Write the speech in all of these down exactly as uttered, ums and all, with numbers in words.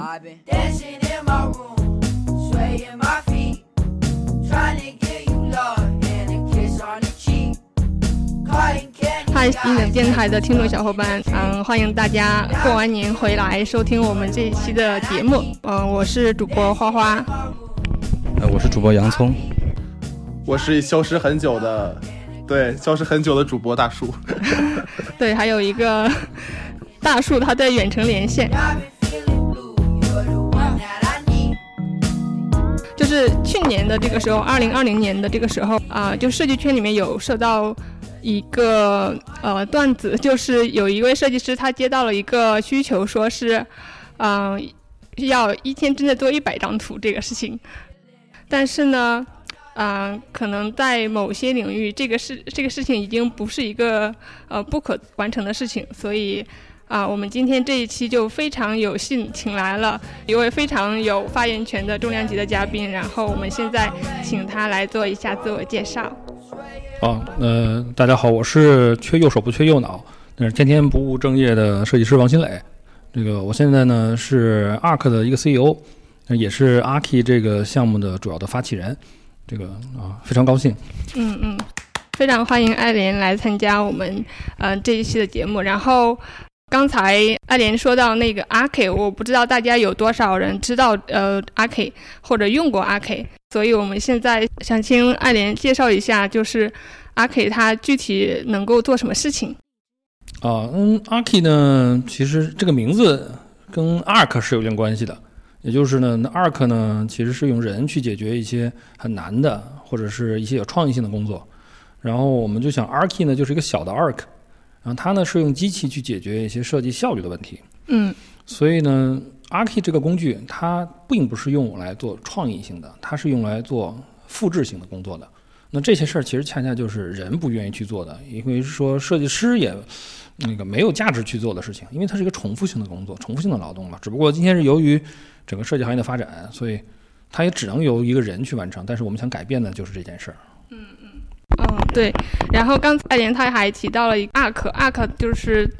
嗨，一冷电台的听众小伙伴，嗯，欢迎大家过完年回来收听我们这一期的节目。嗯，我是主播花花， 呃，我是主播洋葱， 我是消失很久的，对，消失很久的主播大树。 对，还有一个大树，他在远程连线。就是去年的这个时候，二零二零年的这个时候啊、呃，就设计圈里面有受到一个呃段子，就是有一位设计师他接到了一个需求，说是嗯、呃、要一天之内做一百张图这个事情，但是呢嗯、呃、可能在某些领域这个事这个事情已经不是一个呃不可完成的事情，所以啊，我们今天这一期就非常有幸请来了一位非常有发言权的重量级的嘉宾，然后我们现在请他来做一下自我介绍。 哦，呃，大家好，我是缺右手不缺右脑，但是天天不务正业的设计师王新磊。这个我现在呢是 A R K 的一个 C E O， 也是 A R K 这个项目的主要的发起人。这个啊，非常高兴。 嗯嗯，非常欢迎艾莲来参加我们呃这一期的节目。然后刚才艾莲说到那个 A R K， 我不知道大家有多少人知道呃 A R K 或者用过 A R K， 所以我们现在想请艾莲介绍一下，就是 A R K 它具体能够做什么事情。 啊，嗯 ，A R K 呢，其实这个名字跟 A R K 是有点关系的，也就是呢 ，A R K 呢其实是用人去解决一些很难的或者是一些有创意性的工作，然后我们就想 A R K 呢就是一个小的 A R K。然后它呢是用机器去解决一些设计效率的问题， 嗯， 所以呢 A R K 这个工具它并不是用来做创意性的，它是用来做复制性的工作的。那这些事儿其实恰恰就是人不愿意去做的，因为说设计师也那个没有价值去做的事情，因为它是一个重复性的工作，重复性的劳动嘛。只不过今天是由于整个设计行业的发展，所以它也只能由一个人去完成。但是我们想改变的就是这件事儿。 嗯嗯。嗯，对。然后刚才艾莲他还提到了一个 A R K，A R K 就是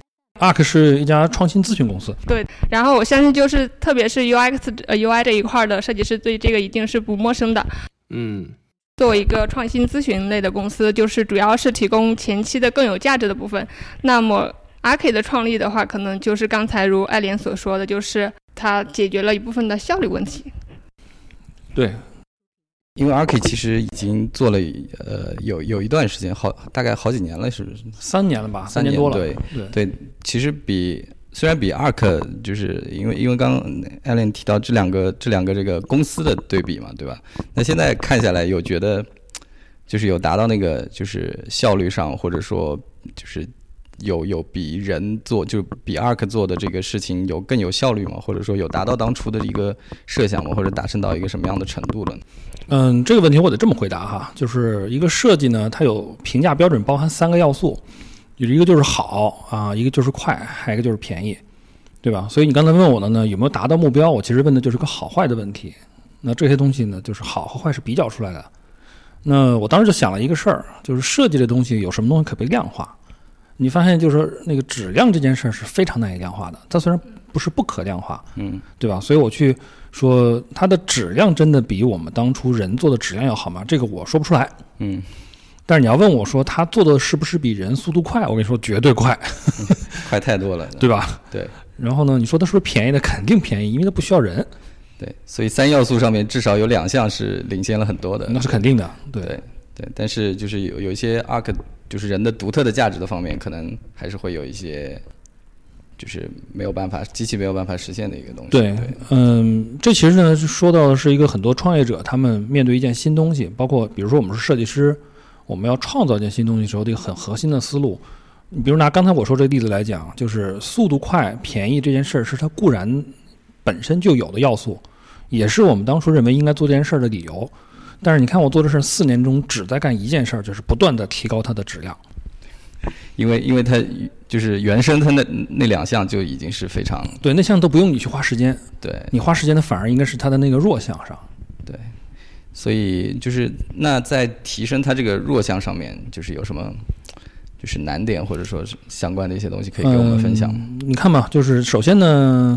A R K 是一家创新咨询公司。 对，然后我相信就是特别是 U X 呃 U I 这一块的设计师对这个一定是不陌生的。 嗯， 作为一个创新咨询类的公司，就是主要是提供前期的更有价值的部分。那么 A R K 的创立的话，可能就是刚才如艾莲所说的，就是它解决了一部分的效率问题。 对。 因为 A R K 其实已经做了呃有有一段时间，好大概好几年了，是不是？ 三年了吧， 三年多了。 对对对，其实比虽然比 A R K 就是因为因为刚刚 Alan 提到这两个这两个这个公司的对比嘛，对吧？那现在看下来，有觉得就是有达到那个就是效率上，或者说就是有有比人做就比 A R K 做的这个事情有更有效率吗？或者说有达到当初的一个设想吗？或者达成到一个什么样的程度了呢？ 嗯，这个问题我得这么回答哈，就是一个设计呢，它有评价标准，包含三个要素，一个就是好啊，一个就是快，还有一个就是便宜，对吧？所以你刚才问我的呢，有没有达到目标？我其实问的就是个好坏的问题。那这些东西呢，就是好和坏是比较出来的。那我当时就想了一个事儿，就是设计的东西有什么东西可被量化？你发现就是说那个质量这件事是非常难以量化的，它虽然不是不可量化， 嗯， 对吧？所以我去说它的质量真的比我们当初人做的质量要好吗？这个我说不出来， 嗯。 但是你要问我说他做的是不是比人速度快，我跟你说绝对快， 快太多了， 对吧？ 对。 然后呢，你说它是不是便宜的？肯定便宜，因为它不需要人。 对，所以三要素上面至少有两项是领先了很多的， 那是肯定的。对对对，但是就是有有一些 A R K 就是人的独特的价值的方面，可能还是会有一些就是没有办法，机器没有办法实现的一个东西。 对，对嗯，这其实呢说到的是一个很多创业者他们面对一件新东西，包括比如说我们是设计师，我们要创造一件新东西的时候的一个很核心的思路。你比如拿刚才我说这个例子来讲，就是速度快、便宜这件事儿是它固然本身就有的要素，也是我们当初认为应该做这件事儿的理由。但是你看我做的事四年中只在干一件事儿，就是不断的提高它的质量。 因为因为它就是原生它那那两项就已经是非常对，那项都不用你去花时间， 对， 你花时间的反而应该是它的那个弱项上。 对，所以就是那在提升它这个弱项上面，就是有什么就是难点或者说是相关的一些东西可以给我们分享。 嗯、你看吧，就是首先呢，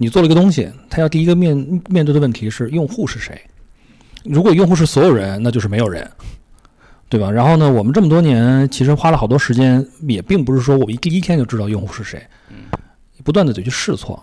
你做了一个东西，它要第一个面面对的问题是用户是谁。如果用户是所有人，那就是没有人，对吧？然后呢，我们这么多年其实花了好多时间，也并不是说我们第一天就知道用户是谁，不断的得去试错。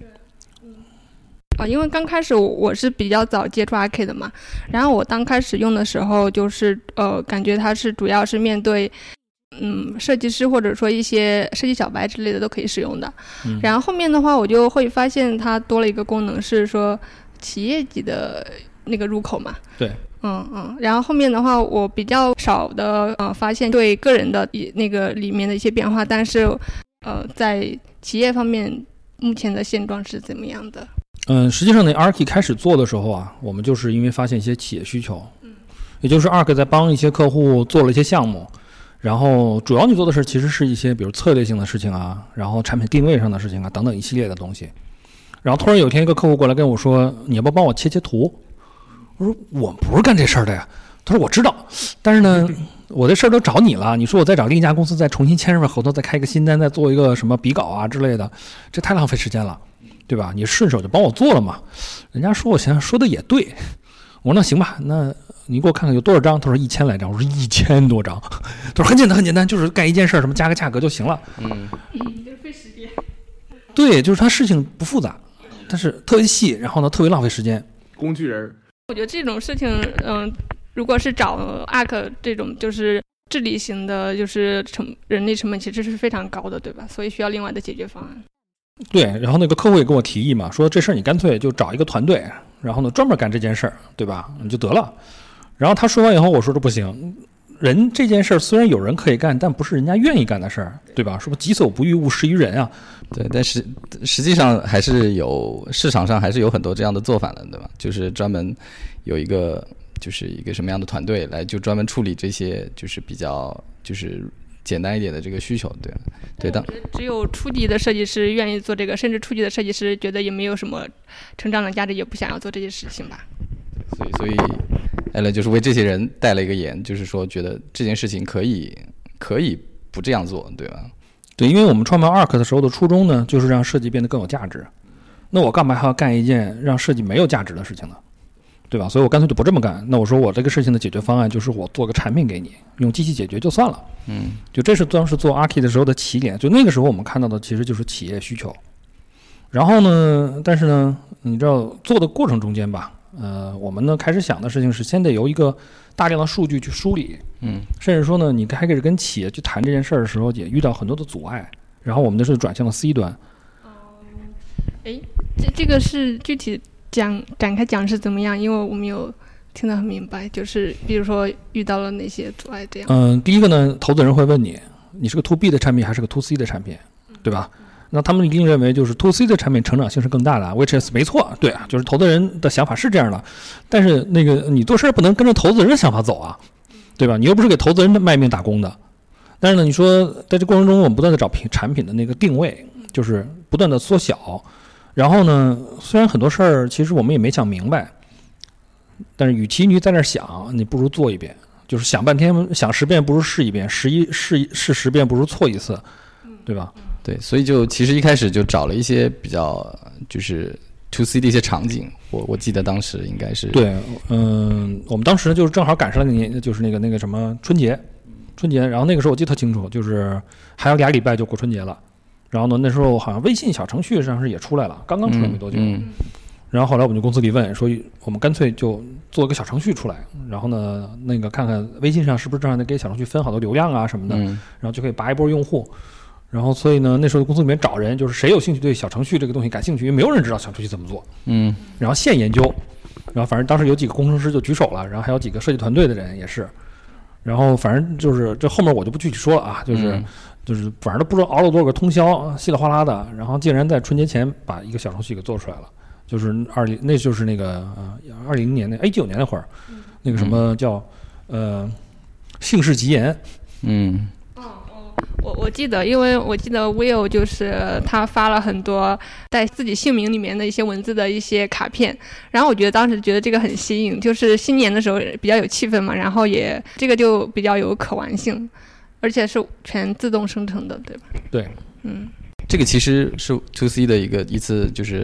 啊，因为刚开始我是比较早接触 Arc 的嘛，然后我刚开始用的时候，就是呃，感觉它是主要是面对嗯设计师或者说一些设计小白之类的都可以使用的。嗯、然后后面的话，我就会发现它多了一个功能，是说企业级的那个入口嘛。 对。 嗯嗯，然后后面的话，我比较少的呃发现对个人的那个里面的一些变化，但是呃在企业方面，目前的现状是怎么样的？ 嗯，实际上呢 ，Arc 开始做的时候啊，我们就是因为发现一些企业需求，嗯，也就是 Arc 在帮一些客户做了一些项目，然后主要你做的事其实是一些比如策略性的事情啊，然后产品定位上的事情啊等等一系列的东西。然后突然有一天一个客户过来跟我说：“你要不要帮我切切图？”我说：“我不是干这事儿的呀。”他说：“我知道，但是呢，我这事儿都找你了，你说我再找另一家公司再重新签上合同，再开一个新单，再做一个什么比稿啊之类的，这太浪费时间了。”对吧？你顺手就帮我做了嘛？人家说我想想说的也对，我说那行吧，那你给我看看有多少张？他说一千来张。我说一千多张。他说很简单很简单，就是干一件事，什么加个价格就行了。 嗯，就是费时间。 对，就是他事情不复杂，但是特别细，然后呢特别浪费时间。 工具人。 我觉得这种事情，嗯、呃，如果是找 Arc 这种就是治理型的，就是成人力成本其实是非常高的，对吧？所以需要另外的解决方案。 对，然后那个客户也跟我提议嘛，说这事儿你干脆就找一个团队，然后呢专门干这件事儿，对吧？你就得了。然后他说完以后，我说这不行，人这件事儿虽然有人可以干，但不是人家愿意干的事儿，对吧？说不己所不欲，勿施于人啊。 对，但实实际上还是有市场上还是有很多这样的做法的，对吧？就是专门有一个就是一个什么样的团队来就专门处理这些就是比较就是简单一点的这个需求，对对的。 只有初级的设计师愿意做这个，甚至初级的设计师觉得也没有什么成长的价值，也不想要做这些事情吧。 所以，所以艾伦就是为这些人带了一个言，就是说觉得这件事情可以可以不这样做，对吧？ 对，因为我们创办 Arc 的时候的初衷呢，就是让设计变得更有价值。那我干嘛还要干一件让设计没有价值的事情呢？对吧？所以我干脆就不这么干。那我说我这个事情的解决方案就是我做个产品给你，用机器解决就算了。嗯，就这是当时做 Arc 的时候的起点。就那个时候我们看到的其实就是企业需求。然后呢，但是呢，你知道做的过程中间吧，呃，我们呢开始想的事情是先得由一个大量的数据去梳理，嗯，甚至说呢，你开始跟企业去谈这件事儿的时候，也遇到很多的阻碍。然后我们的是转向了 C 端。 嗯，哎，这这个是具体讲展开讲是怎么样？因为我没有听得很明白，就是比如说遇到了哪些阻碍这样。 嗯，第一个呢，投资人会问你，你是个 to B 的产品还是个 to C 的产品，对吧？那他们一定认为就是 to C 的产品成长性是更大的 ，which is 没错，对啊，就是投资人的想法是这样的。但是那个你做事不能跟着投资人的想法走啊，对吧？你又不是给投资人的卖命打工的。但是呢，你说在这过程中，我们不断的找品产品的那个定位，就是不断的缩小。然后呢，虽然很多事儿其实我们也没想明白，但是与其你在那儿想，你不如做一遍。就是想半天，想十遍不如试一遍，试一试试十遍不如错一次，对吧？ 对，所以就其实一开始就找了一些比较就是 to C 的一些场景，我我记得当时应该是对，嗯，我们当时就是正好赶上了那年，就是那个那个什么春节，春节，然后那个时候我记得特清楚，就是还有俩礼拜就过春节了，然后呢那时候好像微信小程序上是也出来了，刚刚出来没多久，嗯嗯、然后后来我们就公司里问说，我们干脆就做个小程序出来，然后呢那个看看微信上是不是正好能给小程序分好多流量啊什么的，嗯、然后就可以拔一波用户。然后，所以呢，那时候公司里面找人，就是谁有兴趣对小程序这个东西感兴趣，因为没有人知道小程序怎么做。嗯。然后现研究，然后反正当时有几个工程师就举手了，然后还有几个设计团队的人也是。然后反正就是这后面我就不具体说了啊，就是、嗯、就是反正都不知道熬了多少个通宵，稀里哗啦的，然后竟然在春节前把一个小程序给做出来了。就是二零，那就是那个呃二零年那一九年那会儿，嗯、那个什么叫呃姓氏吉言，嗯。 我我记得，因为我记得 Will 就是他发了很多带自己姓名里面的一些文字的一些卡片，然后我觉得当时觉得这个很新颖，就是新年的时候比较有气氛嘛，然后也这个就比较有可玩性，而且是全自动生成的，对吧？ 对， 嗯， 这个其实是 to C 的一个一次就是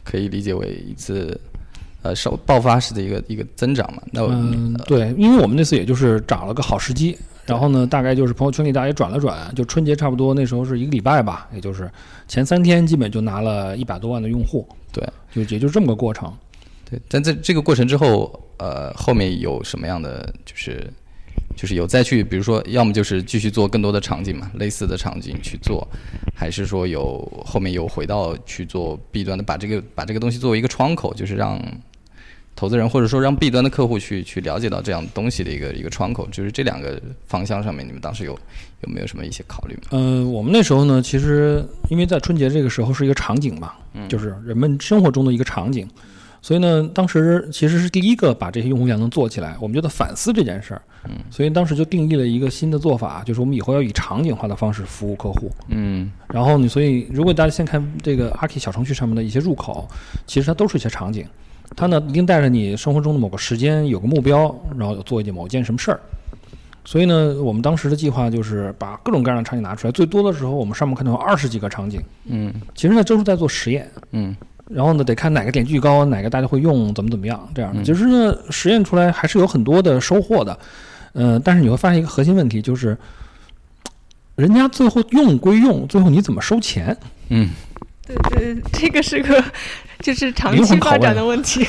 可以理解为一次呃烧爆发式的一个一个增长嘛。那嗯，对，因为我们那次也就是找了个好时机，然后呢，大概就是朋友圈里大家也转了转，就春节差不多那时候是一个礼拜吧，也就是前三天基本就拿了一百多万的用户， 对， 就也就这么个过程。 对，但在这个过程之后，呃，后面有什么样的就是就是有再去，比如说，要么就是继续做更多的场景嘛，类似的场景去做，还是说有后面有回到去做 B 端的，把这个把这个东西作为一个窗口，就是让投资人或者说让 B 端的客户去去了解到这样东西的一个一个窗口，就是这两个方向上面，你们当时有有没有什么一些考虑吗？ 呃，我们那时候呢，其实因为在春节这个时候是一个场景嘛，嗯、就是人们生活中的一个场景。所以呢，当时其实是第一个把这些用户量能做起来，我们就在反思这件事儿，嗯，所以当时就定义了一个新的做法，就是我们以后要以场景化的方式服务客户，嗯，然后你所以如果大家先看这个 Arki 小程序上面的一些入口，其实它都是一些场景，它呢一定带着你生活中的某个时间有个目标，然后做一件某件什么事儿。所以呢，我们当时的计划就是把各种各样的场景拿出来，最多的时候我们上面看到有二十几个场景，嗯，其实呢都是在做实验，嗯。然后呢，得看哪个点击高，哪个大家会用，怎么怎么样，这样的。其实呢，实验出来还是有很多的收获的，呃，但是你会发现一个核心问题，就是人家最后用归用，最后你怎么收钱？嗯， 对对，这个是个就是长期发展的问题。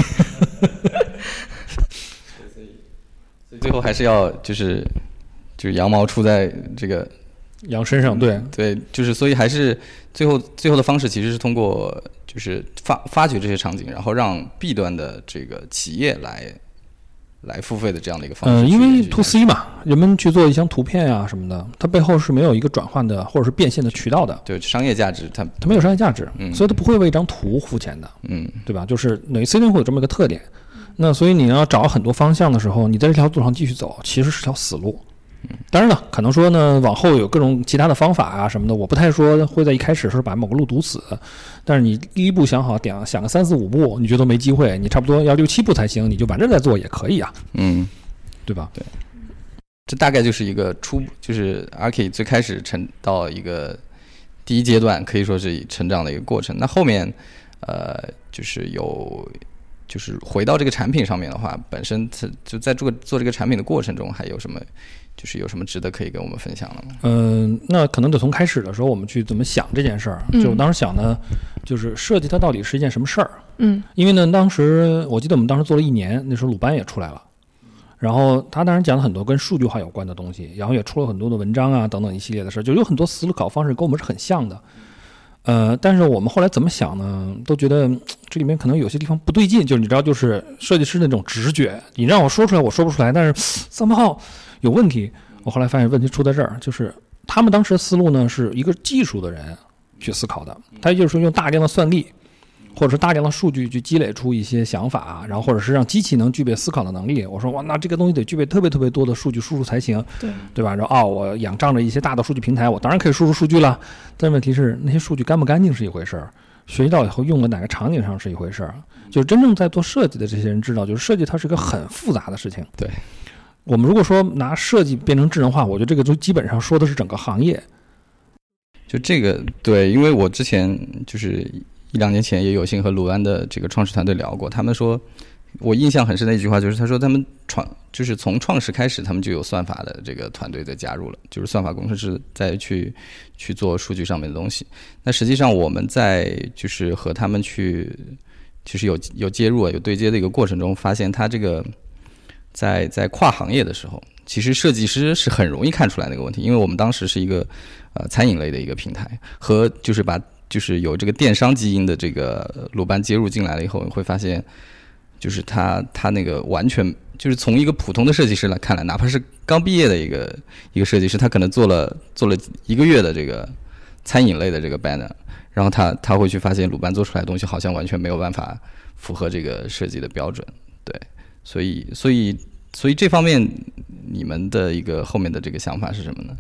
所以最后还是要就是就是羊毛出在这个羊身上，对对，就是所以还是最后最后的方式其实是通过。就是发发掘这些场景，然后让 B 端的这个企业来来付费的这样的一个方式。 嗯，因为 to C 嘛，人们去做一箱图片啊什么的，它背后是没有一个转换的或者是变现的渠道的。 对，商业价值它它没有商业价值，嗯，所以它不会为一张图付钱的，嗯，对吧？就是等于 C 端会有这么一个特点。那所以你要找很多方向的时候，你在这条路上继续走，其实是条死路。当然了，可能说呢，往后有各种其他的方法啊什么的，我不太说会在一开始是把某个路堵死，但是你第一步想好，点想个三四五步，你觉得没机会，你差不多要六七步才行，你就完着再做也可以啊，嗯，对吧？ 对，这大概就是一个初，就是 Arki 最开始成到一个第一阶段，可以说是成长的一个过程。那后面，呃，就是有。就是回到这个产品上面的话，本身就在做做这个产品的过程中，还有什么，就是有什么值得可以跟我们分享的吗？ 嗯、呃，那可能得从开始的时候我们去怎么想这件事儿。嗯、就我当时想呢，就是设计它到底是一件什么事儿。嗯，因为呢，当时我记得我们当时做了一年，那时候鲁班也出来了，然后他当然讲了很多跟数据化有关的东西，然后也出了很多的文章啊等等一系列的事儿，就有很多思考方式跟我们是很像的。呃，但是我们后来怎么想呢？都觉得这里面可能有些地方不对劲，就是你知道，就是设计师那种直觉，你让我说出来，我说不出来，但是somehow有问题。我后来发现问题出在这儿，就是他们当时的思路呢，是一个技术的人去思考的，他就是说用大量的算力，或者是大量的数据去积累出一些想法，然后或者是让机器能具备思考的能力。我说哇，那这个东西得具备特别特别多的数据输入才行，对对吧？然后哦，我仰仗着一些大的数据平台，我当然可以输入数据了。但问题是那些数据干不干净是一回事儿，学习到以后用在哪个场景上是一回事儿。就是真正在做设计的这些人知道，就是设计它是一个很复杂的事情。 对， 我们如果说拿设计变成智能化，我觉得这个就基本上说的是整个行业。 就这个对，因为我之前就是一两年前也有幸和鲁安的这个创始团队聊过，他们说我印象很深的一句话就是，他说他们创就是从创始开始，他们就有算法的这个团队在加入了，就是算法工程师在去去做数据上面的东西。那实际上我们在就是和他们去其实有有接入有对接的一个过程中，发现他这个在在跨行业的时候，其实设计师是很容易看出来那个问题，因为我们当时是一个呃餐饮类的一个平台，和就是把就是有这个电商基因的这个鲁班接入进来了以后，你会发现。就是他他那个完全就是从一个普通的设计师来看来，哪怕是刚毕业的一个一个设计师，他可能做了做了一个月的这个餐饮类的这个 banner， 然后他他会去发现鲁班做出来的东西好像完全没有办法符合这个设计的标准，对，所以所以所以这方面你们的一个后面的这个想法是什么呢？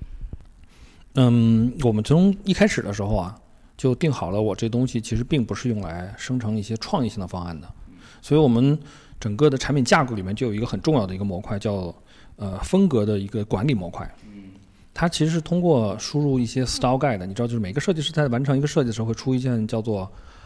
嗯，我们从一开始的时候啊，就定好了，我这东西其实并不是用来生成一些创意性的方案的。所以我们整个的产品架构里面就有一个很重要的一个模块，叫呃风格的一个管理模块。它其实是通过输入一些 style guide，你知道，就是每个设计师在完成一个设计的时候会出一件叫做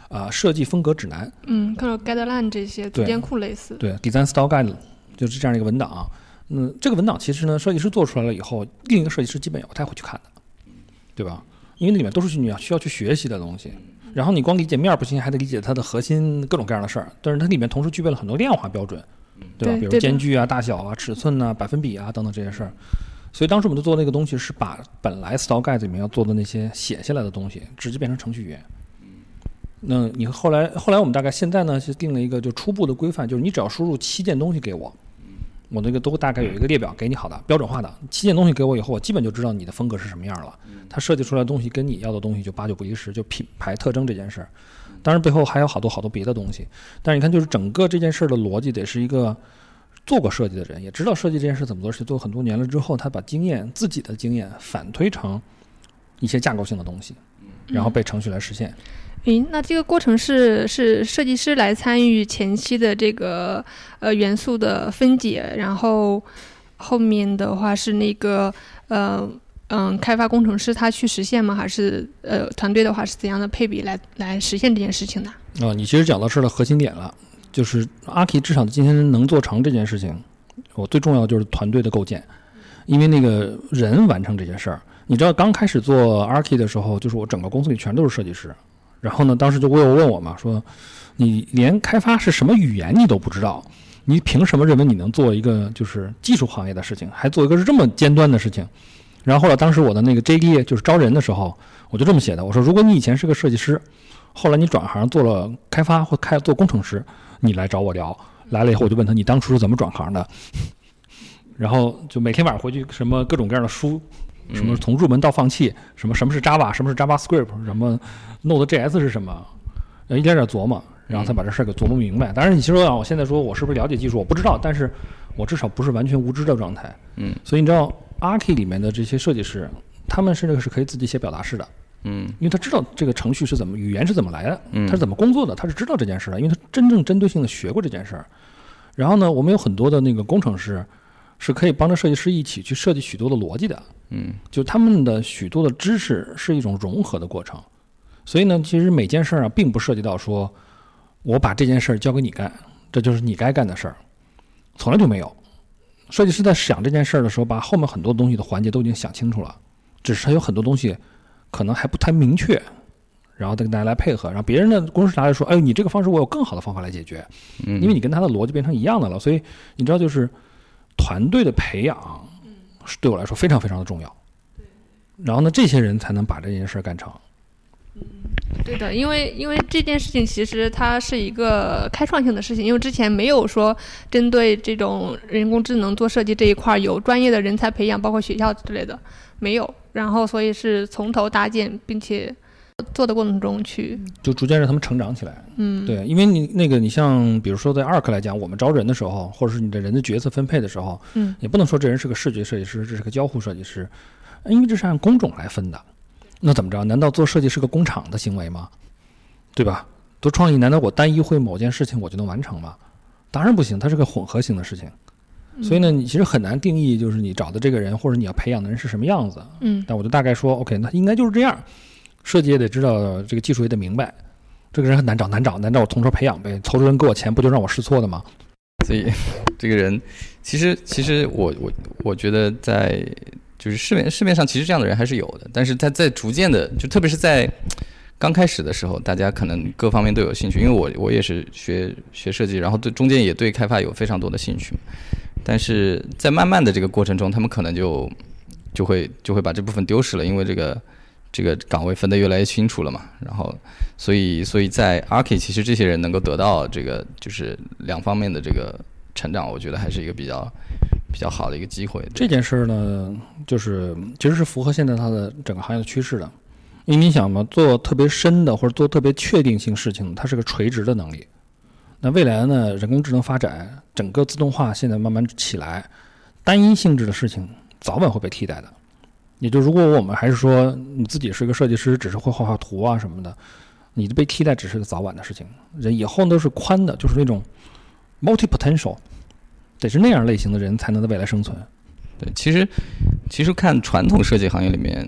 呃设计风格指南， 嗯，看到 guideline 这些组件库类似， 对 ，design style guide 就是这样一个文档。嗯，这个文档其实呢，设计师做出来了以后，另一个设计师基本也不太会去看的，对吧？因为里面都是你要需要去学习的东西。然后你光理解面不行，还得理解它的核心各种各样的事儿。但是它里面同时具备了很多量化标准，对吧？ 对， 比如间距啊、大小啊、尺寸啊、百分比啊等等这些事儿。所以当时我们就做那个东西，是把本来 style guide 里面要做的那些写下来的东西，直接变成程序员。那你后来后来我们大概现在呢是定了一个就初步的规范，就是你只要输入七件东西给我，我那个都大概有一个列表给你，好的标准化的七件东西给我以后，我基本就知道你的风格是什么样了。它设计出来的东西跟你要的东西就八九不离十，就品牌特征这件事儿。当然背后还有好多好多别的东西，但是你看，就是整个这件事的逻辑得是一个做过设计的人，也知道设计这件事怎么做，是做很多年了之后，他把经验自己的经验反推成一些架构性的东西，然后被程序来实现。 诶，那这个过程是是设计师来参与前期的这个呃元素的分解，然后后面的话是那个呃嗯开发工程师他去实现吗？还是呃团队的话是怎样的配比来来实现这件事情的？ 啊、呃，你其实讲到是了核心点了，就是 Archi 至少今天能做成这件事情，我最重要的就是团队的构建，因为那个人完成这件事儿。你知道刚开始做 Archi 的时候，就是我整个公司里全都是设计师。然后呢，当时就会有问我嘛，说你连开发是什么语言你都不知道，你凭什么认为你能做一个就是技术行业的事情，还做一个是这么尖端的事情？然后后来当时我的那个 J D 就是招人的时候，我就这么写的，我说如果你以前是个设计师，后来你转行做了开发或开做工程师，你来找我聊，来了以后我就问他你当初是怎么转行的，然后就每天晚上回去什么各种各样的书。什么从入门到放弃，什么什么是 Java， 什么是 JavaScript， 什么 Node.js 是什么，一点点琢磨，然后才把这事儿给琢磨明白。当然，你其实让我现在说我是不是了解技术，我不知道，但是我至少不是完全无知的状态。 嗯， 所以你知道 Archi 里面的这些设计师，他们甚至是可以自己写表达式的。 嗯， 因为他知道这个程序是怎么，语言是怎么来的， 嗯， 他是怎么工作的，他是知道这件事的，因为他真正针对性的学过这件事儿。然后呢，我们有很多的那个工程师。是可以帮着设计师一起去设计许多的逻辑的， 嗯， 就他们的许多的知识是一种融合的过程，所以呢，其实每件事儿啊，并不涉及到说我把这件事儿交给你干，这就是你该干的事儿，从来就没有。设计师在想这件事儿的时候，把后面很多东西的环节都已经想清楚了，只是他有很多东西可能还不太明确，然后再跟大家来配合，然后别人的工程师拿来说，哎呦，你这个方式我有更好的方法来解决， 嗯， 因为你跟他的逻辑变成一样的了，所以你知道就是。团队的培养是对我来说非常非常的重要，然后呢，这些人才能把这件事干成。 嗯，对的，因为因为这件事情其实它是一个开创性的事情，因为之前没有说针对这种人工智能做设计这一块有专业的人才培养，包括学校之类的没有，然后所以是从头搭建，并且做的过程中去就逐渐让他们成长起来。 嗯，对， 因为你那个你像比如说在 Arc 来讲，我们招人的时候，或者是你的人的角色分配的时候， 嗯， 也不能说这人是个视觉设计师，这是个交互设计师，因为这是按工种来分的。那怎么着？难道做设计是个工厂的行为吗？对吧？做创意难道我单一会某件事情我就能完成吗？当然不行，它是个混合型的事情。所以呢，你其实很难定义，就是你找的这个人或者你要培养的人是什么样子。 嗯， 但我就大概说 ，OK， 那应该就是这样。设计也得知道，这个技术也得明白，这个人很难找，难找，难找，我从头培养呗。投资人给我钱，不就让我试错的吗？ 所以，这个人，其实，其实我我我觉得在就是市面市面上，其实这样的人还是有的，但是他在逐渐的，就特别是在刚开始的时候，大家可能各方面都有兴趣，因为我我也是学学设计，然后对中间也对开发有非常多的兴趣，但是在慢慢的这个过程中，他们可能就就会就会把这部分丢失了，因为这个。这个岗位分得越来越清楚了嘛，然后，所以，所以在 Archi 其实这些人能够得到这个就是两方面的这个成长，我觉得还是一个比较比较好的一个机会。 这件事呢，就是其实是符合现在它的整个行业的趋势的，因为你想嘛，做特别深的或者做特别确定性事情，它是个垂直的能力。那未来呢，人工智能发展，整个自动化现在慢慢起来，单一性质的事情早晚会被替代的。也就如果我们还是说你自己是个设计师，只是会画画图啊什么的，你的被替代只是个早晚的事情。人以后都是宽的，就是那种 multi potential， 得是那样类型的人才能在未来生存。 对，其实其实看传统设计行业里面，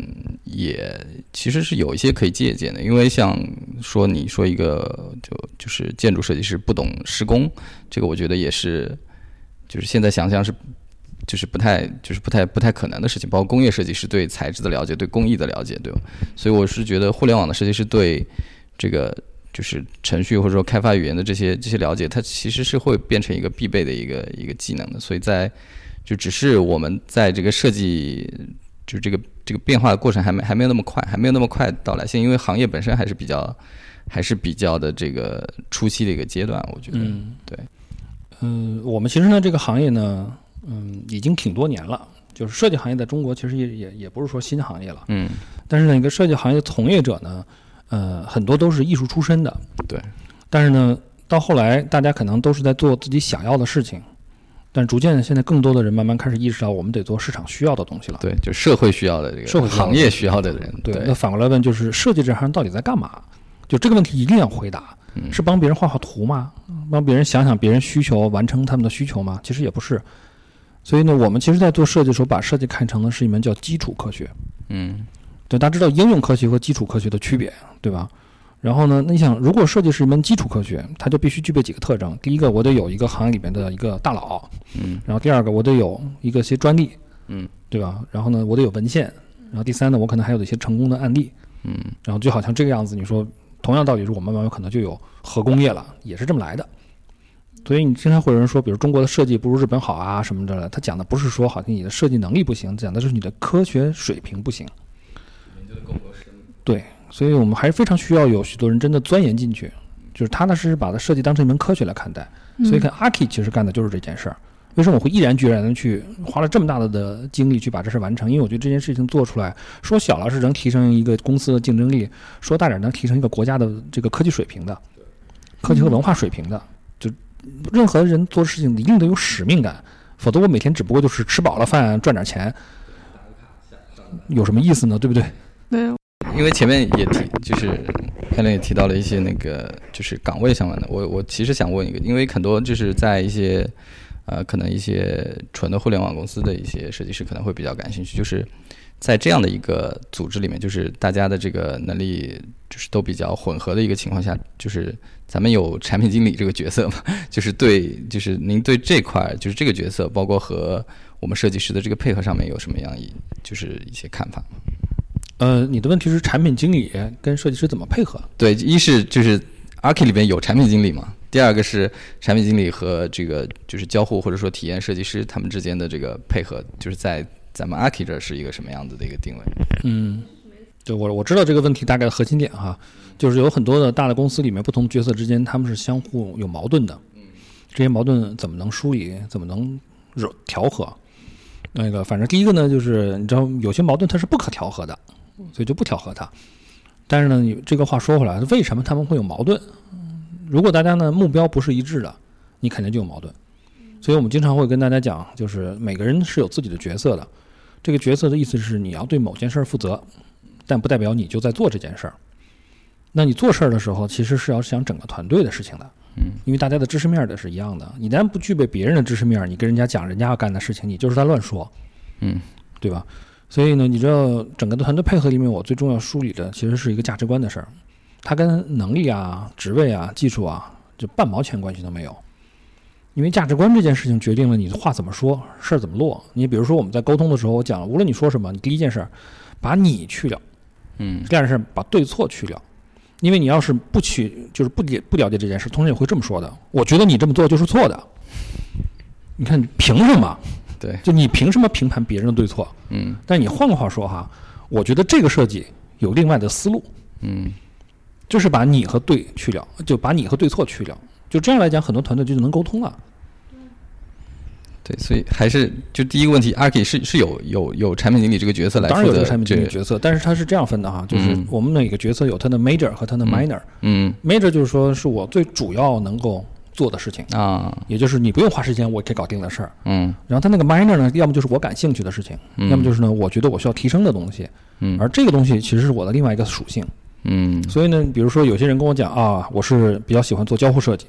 也其实是有一些可以借鉴的，因为像说你说一个就就是建筑设计师不懂施工，这个我觉得也是，就是现在想想是就是不太就是不太不太可能的事情。包括工业设计师对材质的了解，对工艺的了解，对吧？所以我是觉得互联网的设计师对这个就是程序或者说开发语言的这些这些了解，它其实是会变成一个必备的一个一个技能的。所以在就只是我们在这个设计。就这个这个变化的过程还没还没有那么快，还没有那么快到来，因为行业本身还是比较还是比较的这个初期的一个阶段，我觉得， 嗯， 对， 嗯，我们其实呢这个行业呢，嗯，已经挺多年了，就是设计行业在中国其实也也也不是说新行业了， 嗯， 但是呢，一个设计行业从业者呢，呃，很多都是艺术出身的， 对， 但是呢，到后来大家可能都是在做自己想要的事情。但逐渐现在更多的人慢慢开始意识到，我们得做市场需要的东西了。 对，就社会需要的这个社会行业需要的人。 对， 对那反过来问，就是设计这行到底在干嘛？就这个问题一定要回答。 嗯、 是帮别人画画图吗？帮别人想想别人需求，完成他们的需求吗？其实也不是。所以呢，我们其实在做设计的时候，把设计看成的是一门叫基础科学。 嗯， 对，大家知道应用科学和基础科学的区别，对吧？然后呢，你想，如果设计是一门基础科学，它就必须具备几个特征。第一个，我得有一个行业里面的一个大佬， 嗯， 然后第二个，我得有一个些专利， 嗯， 对吧？然后呢，我得有文献，然后第三呢，我可能还有一些成功的案例， 嗯， 然后就好像这个样子，你说同样道理是我们慢慢有可能就有核工业了，也是这么来的。所以你经常会有人说，比如中国的设计不如日本好啊什么的，他讲的不是说好像你的设计能力不行，讲的是你的科学水平不行。对。所以我们还是非常需要有许多人真的钻研进去，就是踏踏实实把它设计当成一门科学来看待。所以看 Archi 其实干的就是这件事儿。为什么我会毅然决然的去花了这么大的的精力去把这事完成？因为我觉得这件事情做出来，说小了是能提升一个公司的竞争力，说大点能提升一个国家的这个科技水平的，科技和文化水平的。就任何人做事情一定得有使命感，否则我每天只不过就是吃饱了饭赚点钱，有什么意思呢？对不对？ 对。 因为前面也提，就是艾伦也提到了一些那个就是岗位相关的，我我其实想问一个，因为很多就是在一些呃可能一些纯的互联网公司的一些设计师可能会比较感兴趣，就是在这样的一个组织里面，就是大家的这个能力就是都比较混合的一个情况下，就是咱们有产品经理这个角色嘛，就是对，就是您对这块就是这个角色，包括和我们设计师的这个配合上面有什么样一就是一些看法？ 呃，你的问题是产品经理跟设计师怎么配合？ 对，一是就是 Archi 里边有产品经理嘛，第二个是产品经理和这个就是交互或者说体验设计师他们之间的这个配合，就是在咱们 Archi 这是一个什么样子的一个定位？ 嗯，对，我我知道这个问题大概的核心点哈，就是有很多的大的公司里面不同角色之间他们是相互有矛盾的，这些矛盾怎么能梳理，怎么能调和？那个反正第一个呢，就是你知道有些矛盾它是不可调和的。所以就不调和它，但是呢，你这个话说回来，为什么他们会有矛盾？如果大家呢目标不是一致的，你肯定就有矛盾。所以我们经常会跟大家讲，就是每个人是有自己的角色的，这个角色的意思是你要对某件事负责，但不代表你就在做这件事儿。那你做事儿的时候，其实是要想整个团队的事情的， 嗯， 因为大家的知识面的是一样的。你一旦不具备别人的知识面，你跟人家讲人家要干的事情，你就是在乱说， 嗯， 对吧？所以呢，你知道整个的团队配合里面，我最重要梳理的其实是一个价值观的事儿，它跟能力啊、职位啊、技术啊，就半毛钱关系都没有。因为价值观这件事情决定了你的话怎么说，事儿怎么落。你比如说我们在沟通的时候，我讲了，无论你说什么，你第一件事把你去掉， 嗯， 第二件事把对错去掉。因为你要是不去，就是不了不了解这件事，同时也会这么说的，我觉得你这么做就是错的。你看，凭什么？ 对， 就你凭什么评判别人的对错？ 嗯， 但你换个话说哈，我觉得这个设计有另外的思路， 嗯， 就是把你和对去掉，就把你和对错去掉，就这样来讲，很多团队就能沟通了。 对，所以还是就第一个问题 ，Archi 是是有有有产品经理这个角色来负责， 当然有这个产品经理角色，但是它是这样分的哈，就是我们每个角色有它的 major 和它的 minor， 嗯 major 就是说是我最主要能够做的事情啊， 也就是你不用花时间我可以搞定的事儿， 嗯， 然后它那个 minor 呢，要么就是我感兴趣的事情， 嗯、 要么就是呢我觉得我需要提升的东西， 嗯， 而这个东西其实是我的另外一个属性， 嗯， 所以呢，比如说有些人跟我讲啊，我是比较喜欢做交互设计，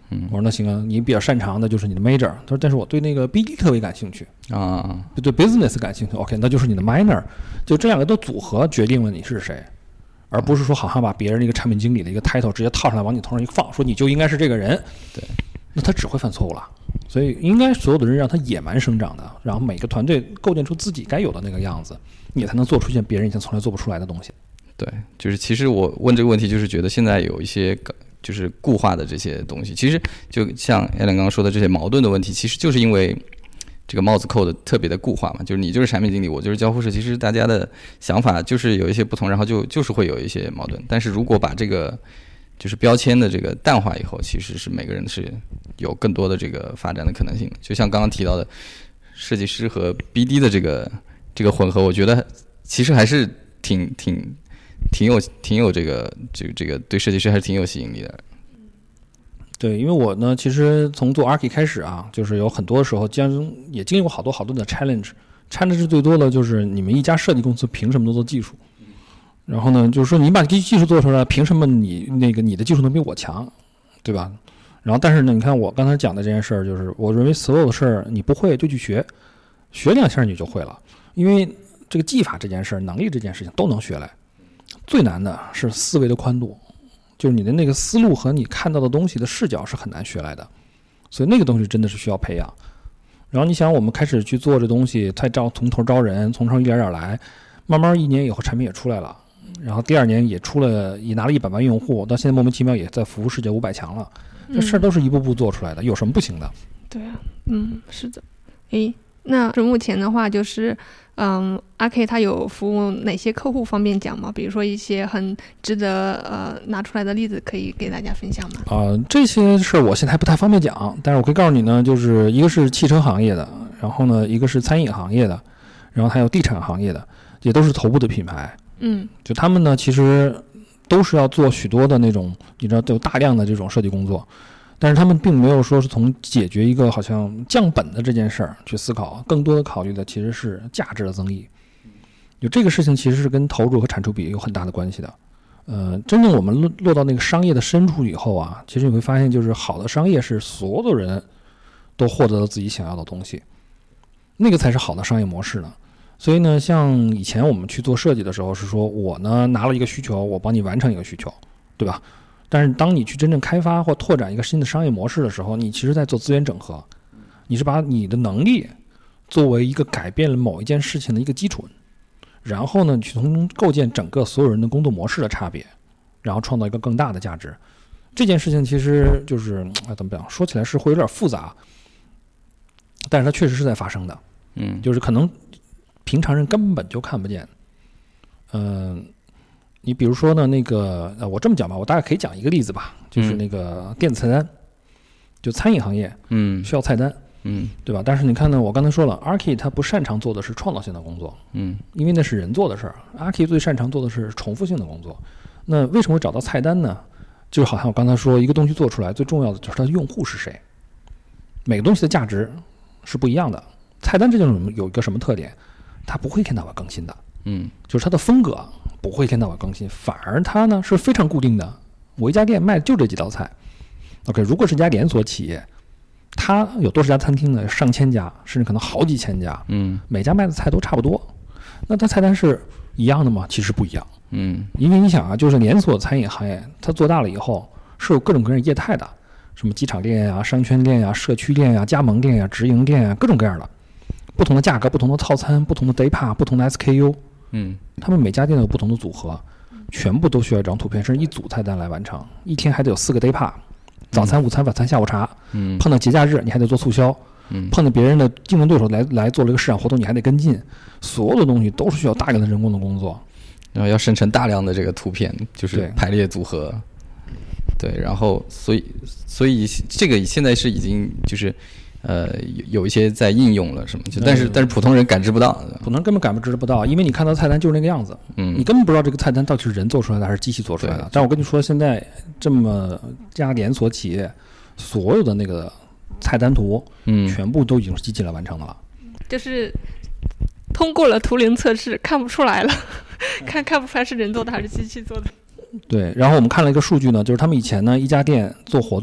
嗯， 我说那行啊，你比较擅长的就是你的 major。他说但是我对那个 B D 特别感兴趣啊， 对 business 感兴趣。OK， 那就是你的 minor。就这两个的组合决定了你是谁，而不是说好像把别人一个产品经理的一个 title 直接套上来往你头上一放，说你就应该是这个人。 对， 那他只会犯错误了。所以应该所有的人让他野蛮生长的，然后每个团队构建出自己该有的那个样子，你才能做出一件别人以前从来做不出来的东西。 对，就是其实我问这个问题，就是觉得现在有一些就是固化的这些东西，其实就像艾伦刚刚说的这些矛盾的问题，其实就是因为这个帽子扣的特别的固化嘛，就是你就是产品经理，我就是交互师，其实大家的想法就是有一些不同，然后就就是会有一些矛盾。但是如果把这个就是标签的这个淡化以后，其实是每个人是有更多的这个发展的可能性的。就像刚刚提到的设计师和 B D 的这个这个混合，我觉得其实还是挺挺挺有挺有这个这个这个对设计师还是挺有吸引力的。 对，因为我呢，其实从做 Archi 开始啊，就是有很多时候将也经历过好多好多的 challenge。challenge 最多的就是你们一家设计公司凭什么都做技术？然后呢，就是说你把技术做出来，凭什么你那个你的技术能比我强，对吧？然后但是呢，你看我刚才讲的这件事儿，就是我认为所有的事儿你不会就去学，学两下你就会了，因为这个技法这件事儿、能力这件事情都能学来。最难的是思维的宽度。就是你的那个思路和你看到的东西的视角是很难学来的，所以那个东西真的是需要培养。然后你想，我们开始去做这东西，再招从头招人，从头一点点来，慢慢一年以后产品也出来了，然后第二年也出了，也拿了一百万用户，到现在莫名其妙也在服务世界五百强了。这事儿都是一步步做出来的，有什么不行的？ 对啊，嗯，是的。诶，那是目前的话就是。嗯 ，Archi 它有服务哪些客户方便讲吗？比如说一些很值得呃拿出来的例子，可以给大家分享吗？ 啊、呃，这些事儿我现在还不太方便讲，但是我可以告诉你呢，就是一个是汽车行业的，然后呢，一个是餐饮行业的，然后还有地产行业的，也都是头部的品牌。 嗯， 就他们呢，其实都是要做许多的那种，你知道，有大量的这种设计工作。但是他们并没有说是从解决一个好像降本的这件事儿去思考，更多的考虑的其实是价值的增益。就这个事情其实是跟投入和产出比有很大的关系的。呃，真正我们落落到那个商业的深处以后啊，其实你会发现，就是好的商业是所有的人都获得了自己想要的东西，那个才是好的商业模式呢。所以呢，像以前我们去做设计的时候，是说我呢拿了一个需求，我帮你完成一个需求，对吧？但是当你去真正开发或拓展一个新的商业模式的时候，你其实在做资源整合，你是把你的能力作为一个改变了某一件事情的一个基础，然后呢去从中构建整个所有人的工作模式的差别，然后创造一个更大的价值。这件事情其实就是哎怎么讲，说起来是会有点复杂，但是它确实是在发生的。 嗯， 就是可能平常人根本就看不见。嗯、呃。你比如说呢，那个呃，我这么讲吧，我大概可以讲一个例子吧，就是那个电子菜单，就餐饮行业， 嗯， 需要菜单， 嗯， 对吧？但是你看呢，我刚才说了 ，Archi 它不擅长做的是创造性的工作， 嗯， 因为那是人做的事儿 ，Archi 最擅长做的是重复性的工作。那为什么会找到菜单呢？就是好像我刚才说，一个东西做出来，最重要的就是它的用户是谁，每个东西的价值是不一样的。菜单这种有一个什么特点？它不会一天到晚更新的， 嗯， 就是它的风格不会一天到晚更新，反而它呢是非常固定的。我一家店卖的就这几道菜。OK， 如果是一家连锁企业，它有多少家餐厅呢？上千家，甚至可能好几千家。 嗯， 每家卖的菜都差不多，那它菜单是一样的吗？其实不一样。 嗯， 因为你想啊，就是连锁餐饮行业，它做大了以后是有各种各样业态的，什么机场店呀、商圈店呀、社区店呀、加盟店呀、直营店呀，各种各样的，不同的价格、不同的套餐、不同的 day pass、不同的 S K U。 嗯， 他们每家店都有不同的组合，全部都需要一张图片，甚至一组菜单来完成。一天还得有四个 day pass， 早餐、午餐、晚餐、下午茶。嗯，碰到节假日你还得做促销。嗯，碰到别人的竞争对手来来做了一个市场活动，你还得跟进。所有的东西都是需要大量的人工的工作， 然后要生成大量的这个图片，就是排列组合。对，对，然后所以所以这个现在是已经就是呃有有一些在应用了，是吗？就但是但是普通人感知不到， 普通人根本感知不到，因为你看到菜单就是那个样子，嗯，你根本不知道这个菜单到底是人做出来的还是机器做出来的。但我跟你说，现在这么家连锁企业，所有的那个菜单图，嗯，全部都已经是机器来完成的了， 就是通过了图灵测试，看不出来了，看看不出来是人做的还是机器做的。 对，然后我们看了一个数据呢，就是他们以前呢一家店做活动，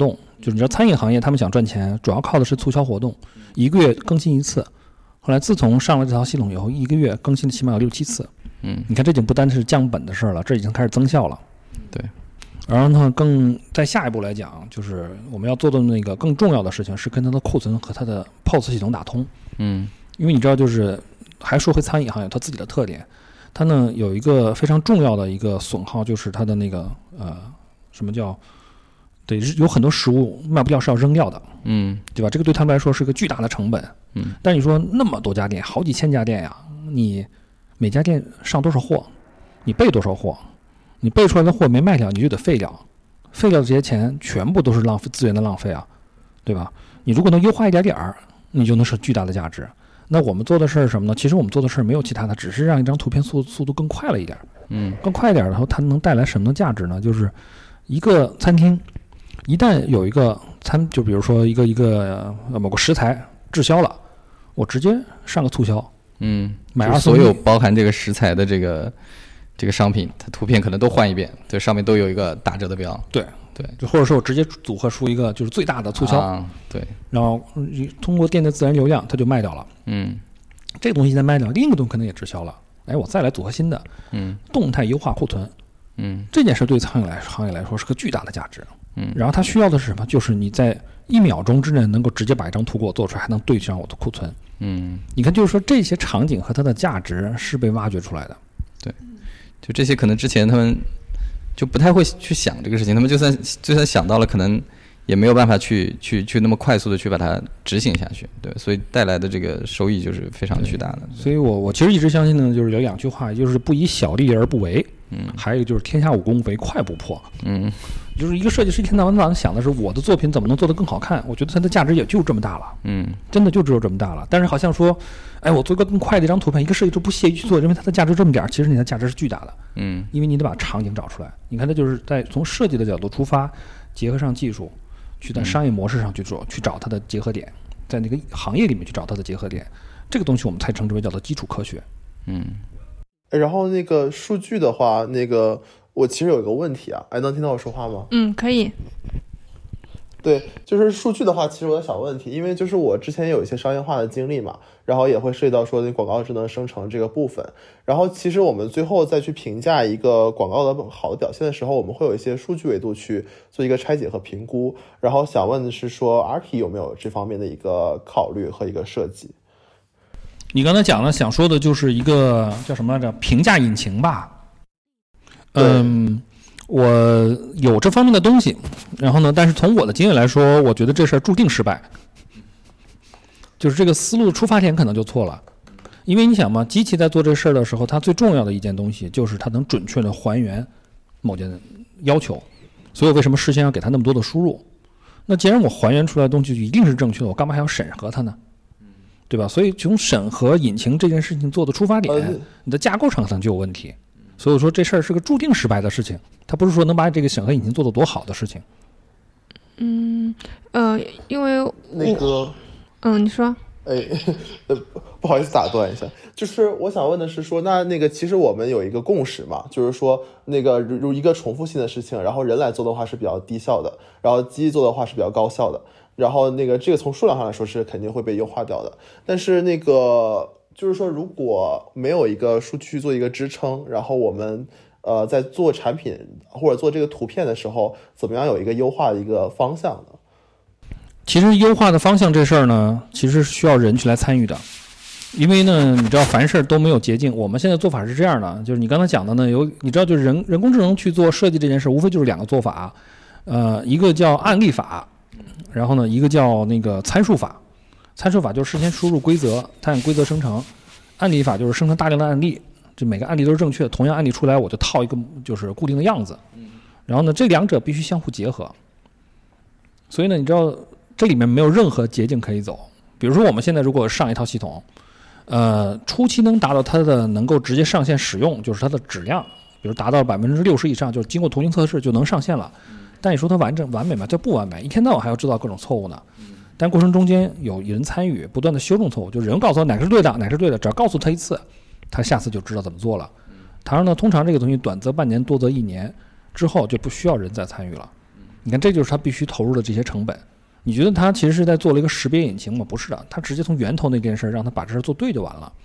就是你知道餐饮行业他们想赚钱，主要靠的是促销活动，一个月更新一次。后来自从上了这套系统以后，一个月更新的起码有六七次。 嗯， 你看这已经不单是降本的事了，这已经开始增效了。 对。 然后呢，更在下一步来讲，就是我们要做的那个更重要的事情是跟它的库存和它的 P O S 系统打通。 嗯， 因为你知道，就是还说回餐饮行业它自己的特点，它呢有一个非常重要的一个损耗，就是它的那个呃什么叫。对，有很多食物卖不掉是要扔掉的， 嗯， 对吧？这个对他们来说是个巨大的成本， 嗯。 但你说那么多家店，好几千家店呀，你每家店上多少货，你备多少货，你备出来的货没卖掉，你就得废掉，废掉的这些钱全部都是浪费资源的浪费啊，对吧？你如果能优化一点点儿，你就能是巨大的价值。那我们做的事儿什么呢？其实我们做的事儿没有其他的，只是让一张图片速速度更快了一点， 嗯， 更快一点，然后它能带来什么价值呢？就是一个餐厅。一旦有一个餐，就比如说一个一个呃某个食材滞销了，我直接上个促销， 嗯， 买二所有包含这个食材的这个这个商品，它图片可能都换一遍，对，上面都有一个打折的标， 对对， 就或者说我直接组合出一个就是最大的促销， 啊、对， 然后通过店的自然流量，它就卖掉了， 嗯， 这个东西再卖掉，另一个东西可能也滞销了，哎，我再来组合新的， 嗯， 动态优化库存， 嗯， 这件事对餐饮来行业来说是个巨大的价值。 嗯， 然后它需要的是什么？就是你在一秒钟之内能够直接把一张图给我做出来，还能对上我的库存。 嗯， 你看，就是说这些场景和它的价值是被挖掘出来的。 对，就这些可能之前他们就不太会去想这个事情，他们就算就算想到了，可能也没有办法去去去那么快速的去把它执行下去。对，所以带来的这个收益就是非常巨大的。 所以我我其实一直相信呢，就是有两句话，就是不以小利而不为。 嗯， 还有一个就是天下武功唯快不破。 嗯， 就是一个设计师一天到晚晚想的是我的作品怎么能做得更好看，我觉得它的价值也就这么大了。 嗯， 真的就只有这么大了。但是好像说，哎，我做一个更快的一张图片，一个设计师不屑于去做，因为它的价值这么点儿，其实你的价值是巨大的。 嗯，因为你得把场景找出来。你看，它就是在从设计的角度出发，结合上技术，去在商业模式上去做，去找它的结合点，在那个行业里面去找它的结合点。这个东西我们才称之为叫做基础科学。 嗯， 然后那个数据的话，那个我其实有一个问题啊，哎，能听到我说话吗？ 嗯，可以。 对，就是数据的话，其实我有小问题，因为就是我之前有一些商业化的经历嘛，然后也会涉及到说那广告智能生成这个部分，然后其实我们最后再去评价一个广告的好的表现的时候，我们会有一些数据维度去做一个拆解和评估，然后想问的是说 Arki 有没有这方面的一个考虑和一个设计？ 你刚才讲的想说的就是一个叫什么来着？评价引擎吧。嗯，我有这方面的东西，然后呢，但是从我的经验来说，我觉得这事儿注定失败。就是这个思路出发点可能就错了，因为你想嘛，机器在做这事儿的时候，它最重要的一件东西就是它能准确的还原某件要求，所以为什么事先要给它那么多的输入？那既然我还原出来的东西就一定是正确的，我干嘛还要审核它呢？对吧？所以从审核引擎这件事情做的出发点，你的架构上可能就有问题。所以说这事儿是个注定失败的事情，它不是说能把这个审核引擎做得多好的事情。 嗯，呃，因为那个， 嗯，你说， 哎，呃，不好意思打断一下，就是我想问的是说，那那个其实我们有一个共识嘛，就是说那个如一个重复性的事情，然后人来做的话是比较低效的，然后机器做的话是比较高效的，然后那个这个从数量上来说是肯定会被优化掉的，但是那个。就是说，如果没有一个数据做一个支撑，然后我们呃在做产品或者做这个图片的时候，怎么样有一个优化的一个方向呢？ 其实优化的方向这事儿呢，其实需要人去来参与的，因为呢，你知道凡事都没有捷径。我们现在做法是这样的，就是你刚才讲的呢，有你知道，就是人人工智能去做设计这件事，无非就是两个做法，呃，一个叫案例法，然后呢，一个叫那个参数法。参数法就是事先输入规则，它按规则生成；案例法就是生成大量的案例，这每个案例都是正确的，同样案例出来我就套一个就是固定的样子。然后呢，这两者必须相互结合。所以呢，你知道这里面没有任何捷径可以走。比如说我们现在如果上一套系统，呃，初期能达到它的能够直接上线使用，就是它的质量，比如达到百分之六十以上，就是经过图形测试就能上线了。但你说它完整完美吗？这不完美，一天到晚还要制造各种错误呢。但过程中间有人参与，不断的修正错误，就人告诉他哪个是对的，哪个是对的，只要告诉他一次，他下次就知道怎么做了。他说呢，通常这个东西短则半年，多则一年之后就不需要人再参与了。 你看，这就是他必须投入的这些成本。你觉得他其实是在做了一个识别引擎吗？不是的，他直接从源头那件事让他把这事做对就完了。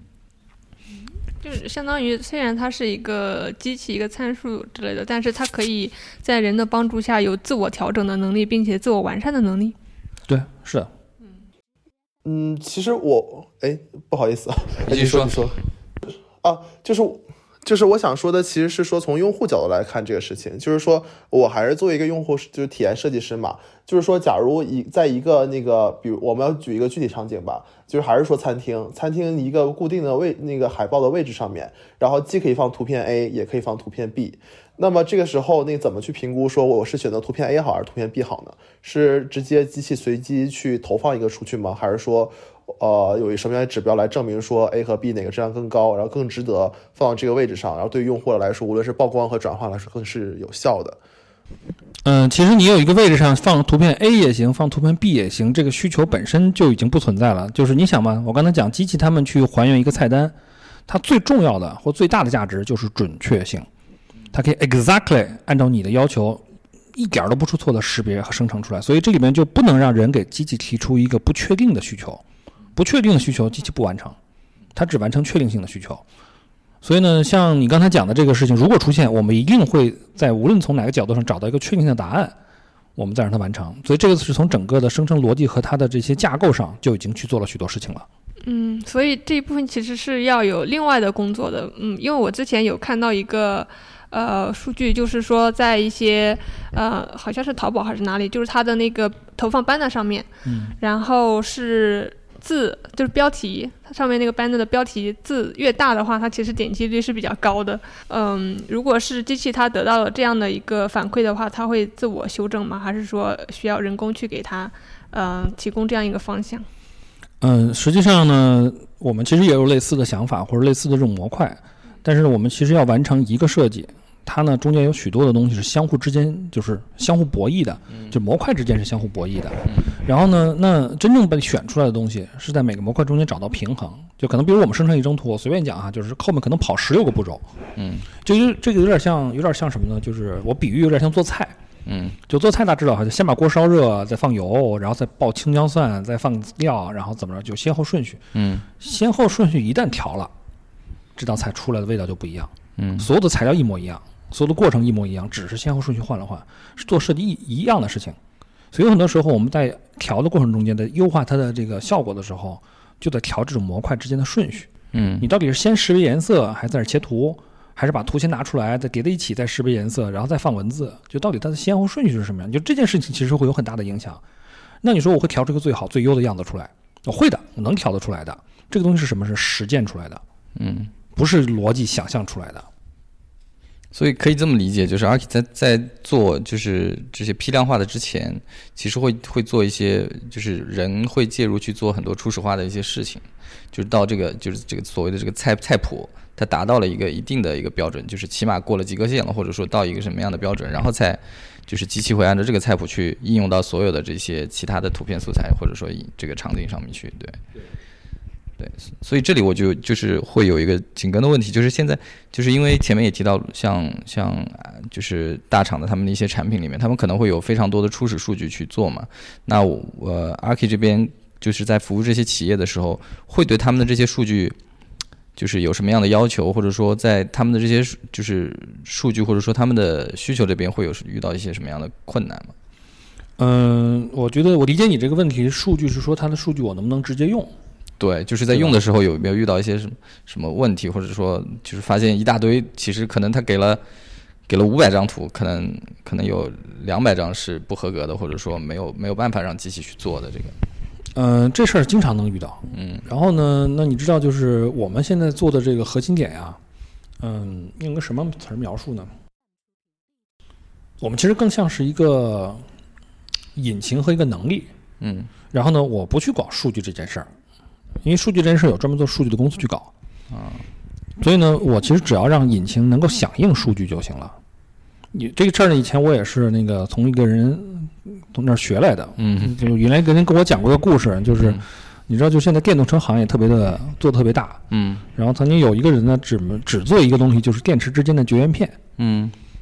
就是相当于，虽然它是一个机器、一个参数之类的，但是它可以在人的帮助下有自我调整的能力，并且自我完善的能力。 对，是的。 嗯，其实我，哎，不好意思啊， 你说你说啊，就是就是我想说的，其实是说从用户角度来看这个事情，就是说我还是作为一个用户，就是体验设计师嘛，就是说，假如一在一个那个，比如我们要举一个具体场景吧，就是还是说餐厅，餐厅一个固定的位那个海报的位置上面，然后既可以放图片 A， 也可以放图片 B。那么这个时候，那怎么去评估说我是选择图片 A 好还是图片 B 好呢？是直接机器随机去投放一个出去吗？还是说，呃，有一什么样的指标来证明说 A 和 B 哪个质量更高，然后更值得放到这个位置上，然后对于用户来说，无论是曝光和转化来说，更是有效的？ 嗯，其实你有一个位置上放图片 A 也行，放图片 B 也行，这个需求本身就已经不存在了。就是你想嘛，我刚才讲机器他们去还原一个菜单，它最重要的或最大的价值就是准确性，它可以 exactly 按照你的要求一点都不出错的识别和生成出来。所以这里面就不能让人给机器提出一个不确定的需求，不确定的需求机器不完成，它只完成确定性的需求。所以呢，像你刚才讲的这个事情，如果出现，我们一定会在无论从哪个角度上找到一个确定性的答案，我们再让它完成。所以这个是从整个的生成逻辑和它的这些架构上就已经去做了许多事情了。 嗯，所以这一部分其实是要有另外的工作的。嗯，因为我之前有看到一个呃数据，就是说在一些呃好像是淘宝还是哪里，就是它的那个投放 banner 上面， 嗯， 然后是字就是标题，它上面那个 banner 的标题字越大的话，它其实点击率是比较高的。嗯，如果是机器它得到了这样的一个反馈的话，它会自我修正吗？还是说需要人工去给它嗯、呃、提供这样一个方向？ 嗯，实际上呢，我们其实也有类似的想法或者类似的这种模块，但是我们其实要完成一个设计，它呢中间有许多的东西是相互之间就是相互博弈的，就模块之间是相互博弈的。然后呢，那真正被选出来的东西是在每个模块中间找到平衡。就可能比如我们生成一张图，我随便讲啊，就是后面可能跑十六个步骤， 嗯， 就这个有点像有点像什么呢？就是我比喻有点像做菜。 嗯， 就做菜大家知道哈，就先把锅烧热，再放油，然后再爆青姜蒜，再放料，然后怎么着，就先后顺序。 嗯， 先后顺序一旦调了，这道菜出来的味道就不一样。 嗯， 所有的材料一模一样，所有的过程一模一样，只是先后顺序换了换，是做设计一一样的事情。所以很多时候我们在调的过程中间，在优化它的这个效果的时候，就在调这种模块之间的顺序。 嗯， 你到底是先识别颜色，还是在这切图？还是把图先拿出来，再叠在一起，再识别颜色，然后再放文字，就到底它的先后顺序是什么样？就这件事情其实会有很大的影响。那你说我会调这个最好、最优的样子出来？我会的，我能调得出来的。这个东西是什么？是实践出来的， 嗯， 不是逻辑想象出来的。 所以可以这么理解，就是 Archi 在在做就是这些批量化的之前，其实会会做一些，就是人会介入去做很多初始化的一些事情，就是到这个就是这个所谓的这个菜菜谱。它达到了一个一定的一个标准，就是起码过了及格线了，或者说到一个什么样的标准，然后才就是机器会按照这个菜谱去应用到所有的这些其他的图片素材或者说这个场景上面去。对，对，所以这里我就就是会有一个紧跟的问题，就是现在就是因为前面也提到像像就是大厂的他们的一些产品里面，他们可能会有非常多的初始数据去做嘛。那我呃 Archi 这边就是在服务这些企业的时候，会对他们的这些数据。就是有什么样的要求，或者说在他们的这些就是数据，或者说他们的需求这边会有遇到一些什么样的困难吗？ 嗯，我觉得我理解你这个问题，数据是说它的数据我能不能直接用？ 对，就是在用的时候有没有遇到一些什么什么问题，或者说就是发现一大堆，其实可能他给了给了五百张图，可能可能有两百张是不合格的，或者说没有没有办法让机器去做的这个。 嗯、呃，这事儿经常能遇到。 嗯， 然后呢，那你知道就是我们现在做的这个核心点呀，嗯，用个什么词儿描述呢？我们其实更像是一个引擎和一个能力。 嗯， 然后呢，我不去搞数据这件事儿，因为数据这件事儿有专门做数据的公司去搞。 啊， 所以呢，我其实只要让引擎能够响应数据就行了。你这个事儿呢，以前我也是那个从一个人从那儿学来的。 嗯， 就原来一个人跟我讲过一个故事，就是、嗯、你知道，就现在电动车行业特别的做的特别大。 嗯， 然后曾经有一个人呢，只只做一个东西，就是电池之间的绝缘片。 嗯，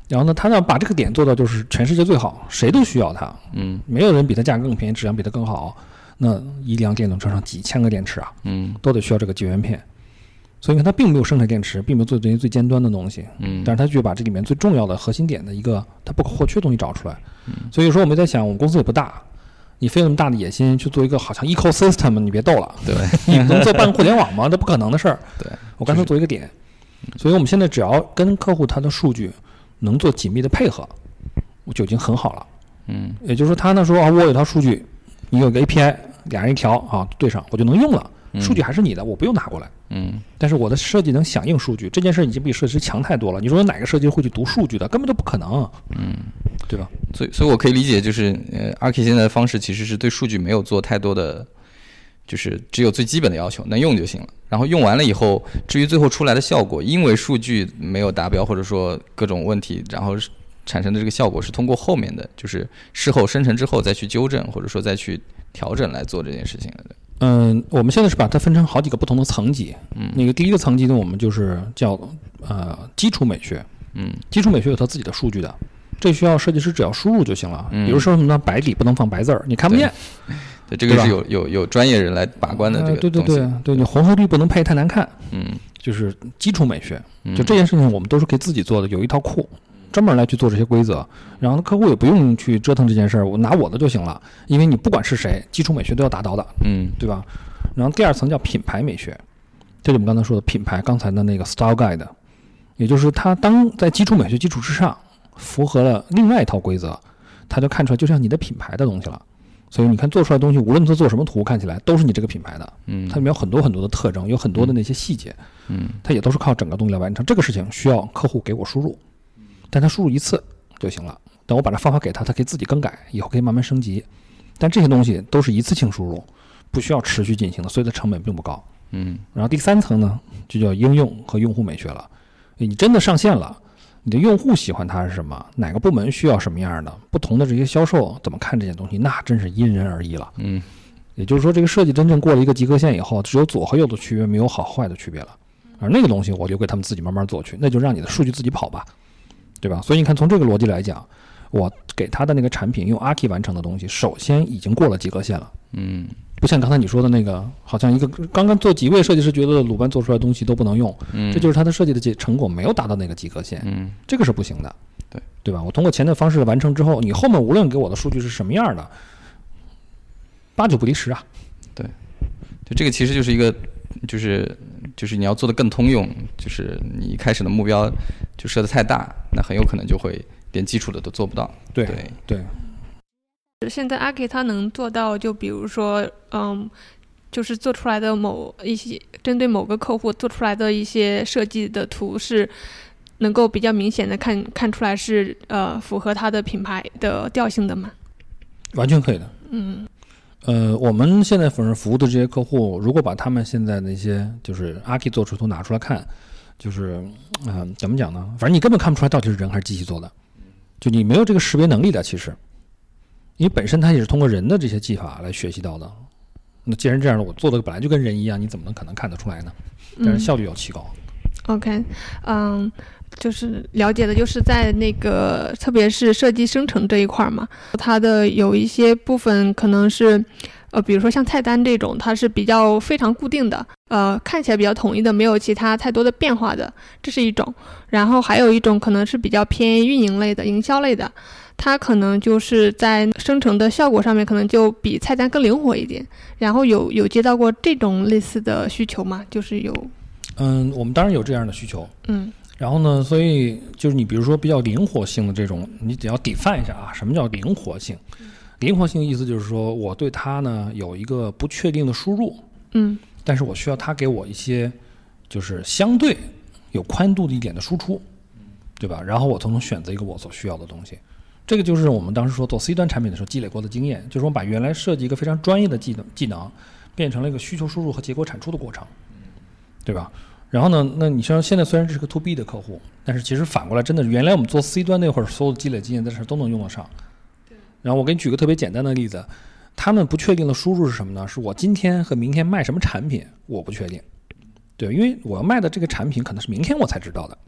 然后呢，他呢把这个点做到就是全世界最好，谁都需要它， 嗯， 没有人比它价格更便宜，质量比它更好。那一辆电动车上几千个电池啊， 嗯， 都得需要这个晶圆片。所以你看，它并没有生产电池，并没有做这些最尖端的东西， 嗯， 但是它就把这里面最重要的核心点的一个它不可或缺的东西找出来。嗯，所以说我们在想，我们公司也不大，你费那么大的野心去做一个好像 ecosystem， 你别逗了， 对， 你能做半互联网吗？这不可能的事儿。 对， 我干脆做一个点。所以我们现在只要跟客户他的数据能做紧密的配合，我就已经很好了。 嗯， 也就是说，他呢说啊，我有套数据，你有个 A P I， 俩人一调啊对上，我就能用了。数据还是你的，我不用拿过来。 嗯，但是我的设计能响应数据，这件事已经比设计师强太多了。你说有哪个设计师会去读数据的？根本就不可能。 嗯， 对吧？ 所以，所以我可以理解，就是呃 ，Arki 现在的方式其实是对数据没有做太多的，就是只有最基本的要求，能用就行了。然后用完了以后，至于最后出来的效果，因为数据没有达标或者说各种问题，然后产生的这个效果是通过后面的，就是事后生成之后再去纠正或者说再去调整来做这件事情的。 嗯，我们现在是把它分成好几个不同的层级。嗯，那个第一个层级呢，我们就是叫呃基础美学。 嗯， 基础美学有它自己的数据的，这需要设计师只要输入就行了。嗯，比如说什么呢？白底不能放白字儿，你看不见。 对，这个是有有有专业人来把关的这个、呃、 对对对对，你红和绿不能配太难看。 嗯， 就是基础美学。就这件事情，我们都是可以自己做的，有一套库。专门来去做这些规则，然后客户也不用去折腾这件事儿，我拿我的就行了，因为你不管是谁，基础美学都要达到的， 嗯， 对吧？然后第二层叫品牌美学，这就我们刚才说的品牌，刚才的那个 style guide， 也就是它当在基础美学基础之上，符合了另外一套规则，它就看出来就像你的品牌的东西了。所以你看做出来的东西，无论它做什么图，看起来都是你这个品牌的， 嗯， 它里面有很多很多的特征，有很多的那些细节， 嗯， 它也都是靠整个东西来完成。这个事情需要客户给我输入。但他输入一次就行了，等我把这方法给他，他可以自己更改，以后可以慢慢升级。但这些东西都是一次性输入，不需要持续进行的，所以它成本并不高。 嗯， 然后第三层呢，就叫应用和用户美学了。你真的上线了，你的用户喜欢它是什么？哪个部门需要什么样的？不同的这些销售怎么看这件东西？那真是因人而异了。 嗯， 也就是说，这个设计真正过了一个及格线以后，只有左和右的区别，没有好坏的区别了。而那个东西我留给他们自己慢慢做去，那就让你的数据自己跑吧。对吧？所以你看，从这个逻辑来讲，我给他的那个产品用 Arki 完成的东西，首先已经过了及格线了。 嗯， 不像刚才你说的那个，好像一个刚刚做几位设计师觉得鲁班做出来的东西都不能用， 嗯， 这就是他的设计的成果没有达到那个及格线。 嗯，这个是不行的。 对， 对吧？我通过前的方式完成之后，你后面无论给我的数据是什么样的，八九不离十啊。 对，就这个其实就是一个，就是就是你要做的更通用，就是你一开始的目标就设得太大，那很有可能就会连基础的都做不到。 对对对。现在 Arki 它能做到，就比如说，嗯，就是做出来的某一些针对某个客户做出来的一些设计的图是能够比较明显的看看出来是呃符合它的品牌的调性的吗？ 完全可以的。 嗯。 呃，我们现在服服务的这些客户，如果把他们现在的一些就是 Arki 做出图拿出来看，就是嗯、呃，怎么讲呢？反正你根本看不出来到底是人还是机器做的，就你没有这个识别能力的，其实，因为本身它也是通过人的这些技法来学习到的。那既然这样的，我做的本来就跟人一样，你怎么能可能看得出来呢？但是效率要提高。 嗯、OK， 嗯。就是了解的就是在那个特别是设计生成这一块嘛，它的有一些部分可能是呃比如说像菜单这种，它是比较非常固定的，呃看起来比较统一的，没有其他太多的变化的，这是一种。然后还有一种可能是比较偏运营类的、营销类的，它可能就是在生成的效果上面可能就比菜单更灵活一点。然后有有接到过这种类似的需求吗？就是有嗯，我们当然有这样的需求。 嗯。 然后呢，所以就是你比如说比较灵活性的这种，你只要 define 一下啊，什么叫灵活性？灵活性的意思就是说我对它呢有一个不确定的输入， 嗯， 但是我需要它给我一些就是相对有宽度的一点的输出，对吧？然后我才能选择一个我所需要的东西。这个就是我们当时说做 C 端产品的时候积累过的经验，就是我们把原来设计一个非常专业的技能技能变成了一个需求输入和结果产出的过程，对吧？然后呢，那你像现在虽然这是个 to B 的客户，但是其实反过来真的原来我们做 C 端那会儿所有的积累经验在这都能用得上。然后我给你举个特别简单的例子，他们不确定的输入是什么呢？是我今天和明天卖什么产品我不确定，对，因为我要卖的这个产品可能是明天我才知道的，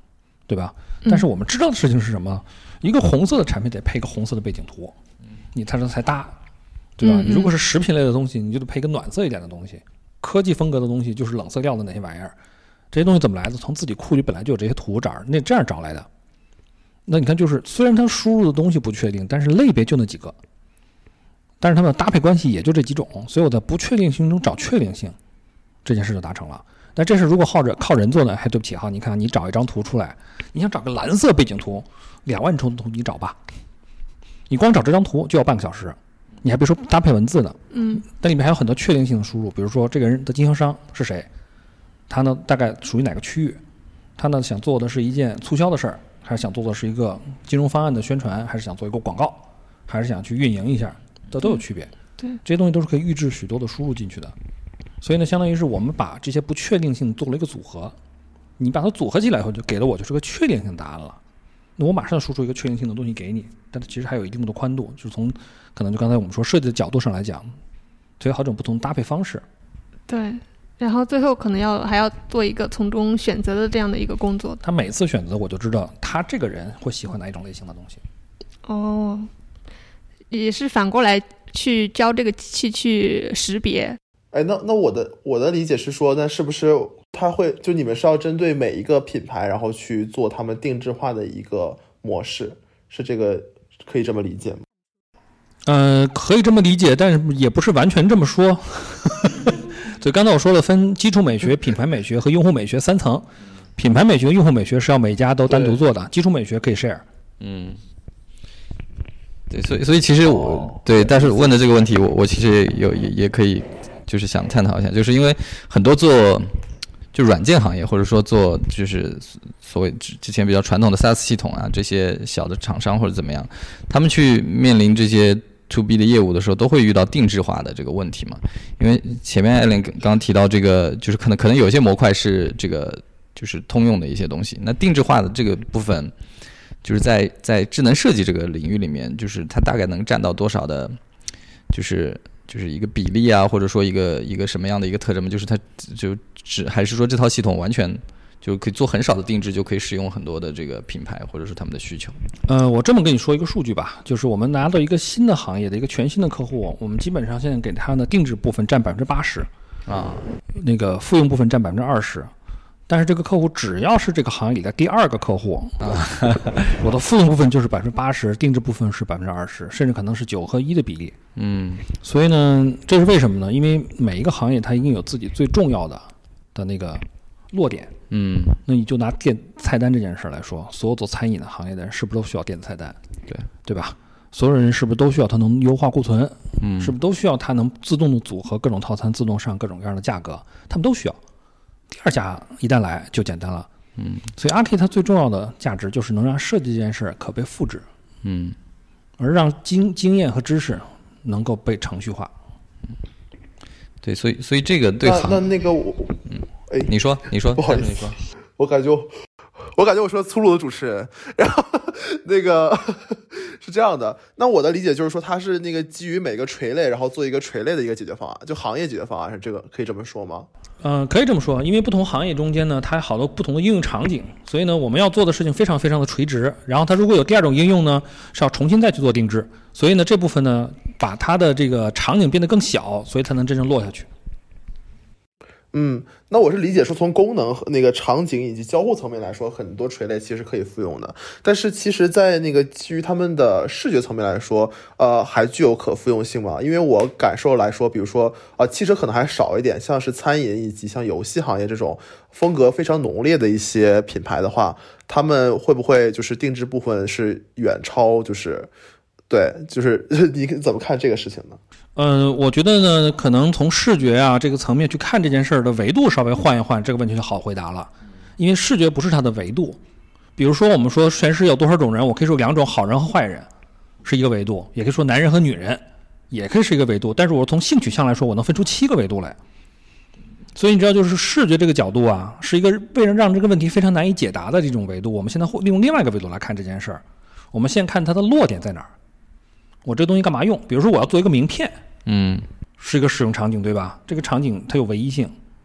对吧？但是我们知道的事情是什么？一个红色的产品得配一个红色的背景图，你它这才搭，对吧？ 嗯嗯你如果是食品类的东西，你就得配一个暖色一点的东西。科技风格的东西就是冷色调的那些玩意儿，这些东西怎么来的？从自己库里本来就有这些图这儿，那这样找来的。那你看，就是虽然它输入的东西不确定，但是类别就那几个，但是它们的搭配关系也就这几种，所以我在不确定性中找确定性，这件事就达成了。但这是如果靠着靠人做呢？还对不起哈，你看你找一张图出来，你想找个蓝色背景图，两万种图你找吧，你光找这张图就要半个小时，你还别说搭配文字呢。 嗯， 但里面还有很多确定性的输入，比如说这个人的经销商是谁，他呢大概属于哪个区域，他呢想做的是一件促销的事儿，还是想做的是一个金融方案的宣传，还是想做一个广告，还是想去运营一下，这都有区别。 对， 这些东西都是可以预置许多的输入进去的。所以呢，相当于是我们把这些不确定性做了一个组合，你把它组合起来以后，就给了我就是个确定性答案了。那我马上输出一个确定性的东西给你，但它其实还有一定的宽度，就是从可能就刚才我们说设计的角度上来讲，它有好几种不同搭配方式。 对，然后最后可能要还要做一个从中选择的这样的一个工作。 他每次选择，我就知道他这个人会喜欢哪一种类型的东西。 哦，也是反过来去教这个机器去识别。 哎，那那我的我的理解是说，那是不是他会就你们是要针对每一个品牌，然后去做他们定制化的一个模式，是这个可以这么理解吗？ 呃，可以这么理解，但是也不是完全这么说。所以刚才我说了，分基础美学、品牌美学和用户美学三层。品牌美学、用户美学是要每家都单独做的，基础美学可以 share。 嗯。对，所以所以其实我、哦、对，但是问的这个问题，我我其实有也也可以。就是想探讨一下，就是因为很多做就软件行业，或者说做就是所谓之前比较传统的 SaaS 系统啊，这些小的厂商或者怎么样，他们去面临这些 to B 的业务的时候，都会遇到定制化的这个问题嘛。因为前面 Allen 刚刚提到这个，就是可能可能有些模块是这个就是通用的一些东西，那定制化的这个部分，就是在在智能设计这个领域里面，就是它大概能占到多少的，就是。就是一个比例啊，或者说一个一个什么样的一个特征，就是它就只还是说这套系统完全就可以做很少的定制，就可以使用很多的这个品牌或者说他们的需求。 呃，我这么跟你说一个数据吧，就是我们拿到一个新的行业的一个全新的客户，我们基本上现在给他的定制部分占百分之八十啊，那个复用部分占百分之二十。但是这个客户只要是这个行业里的第二个客户啊，我的复用部分就是百分之八十，定制部分是百分之二十，甚至可能是九和一的比例。 嗯， 所以呢，这是为什么呢？因为每一个行业它一定有自己最重要的的那个落点。 嗯， 那你就拿电菜单这件事来说，所有做餐饮的行业的人是不是都需要电子菜单？ 对， 对吧？所有人是不是都需要它能优化库存？ 嗯， 是不是都需要它能自动的组合各种套餐，自动上各种各样的价格？他们都需要。第二家一旦来就简单了， 嗯， 所以 Archi 它最重要的价值就是能让设计这件事可被复制， 嗯， 而让经经验和知识能够被程序化。 对，所以所以这个对行那那那个我， 嗯， 哎， 你说你说， 不好意思，我感觉我感觉我说粗鲁的主持人，然后那个是这样的，那我的理解就是说，它是那个基于每个垂类，然后做一个垂类的一个解决方案，就行业解决方案是这个，可以这么说吗？ 嗯、呃，可以这么说，因为不同行业中间呢，它有好多不同的应用场景，所以呢，我们要做的事情非常非常的垂直。然后它如果有第二种应用呢，是要重新再去做定制。所以呢，这部分呢，把它的这个场景变得更小，所以才能真正落下去。 嗯，那我是理解说，从功能和那个场景以及交互层面来说，很多垂类其实可以复用的。但是其实，在那个基于他们的视觉层面来说，呃，还具有可复用性吗？因为我感受来说，比如说，呃，汽车可能还少一点，像是餐饮以及像游戏行业这种风格非常浓烈的一些品牌的话，他们会不会就是定制部分是远超就是？对，就是你怎么看这个事情呢？ 呃，我觉得呢，可能从视觉啊这个层面去看这件事儿的维度稍微换一换，这个问题就好回答了。因为视觉不是它的维度。比如说我们说全世界有多少种人，我可以说两种，好人和坏人是一个维度，也可以说男人和女人也可以是一个维度。但是我从性取向来说，我能分出七个维度来。所以你知道，就是视觉这个角度啊，是一个为了让这个问题非常难以解答的这种维度。我们现在会利用另外一个维度来看这件事儿。我们先看它的落点在哪儿。我这个东西干嘛用？比如说我要做一个名片， 嗯， 是一个使用场景，对吧？这个场景它有唯一性，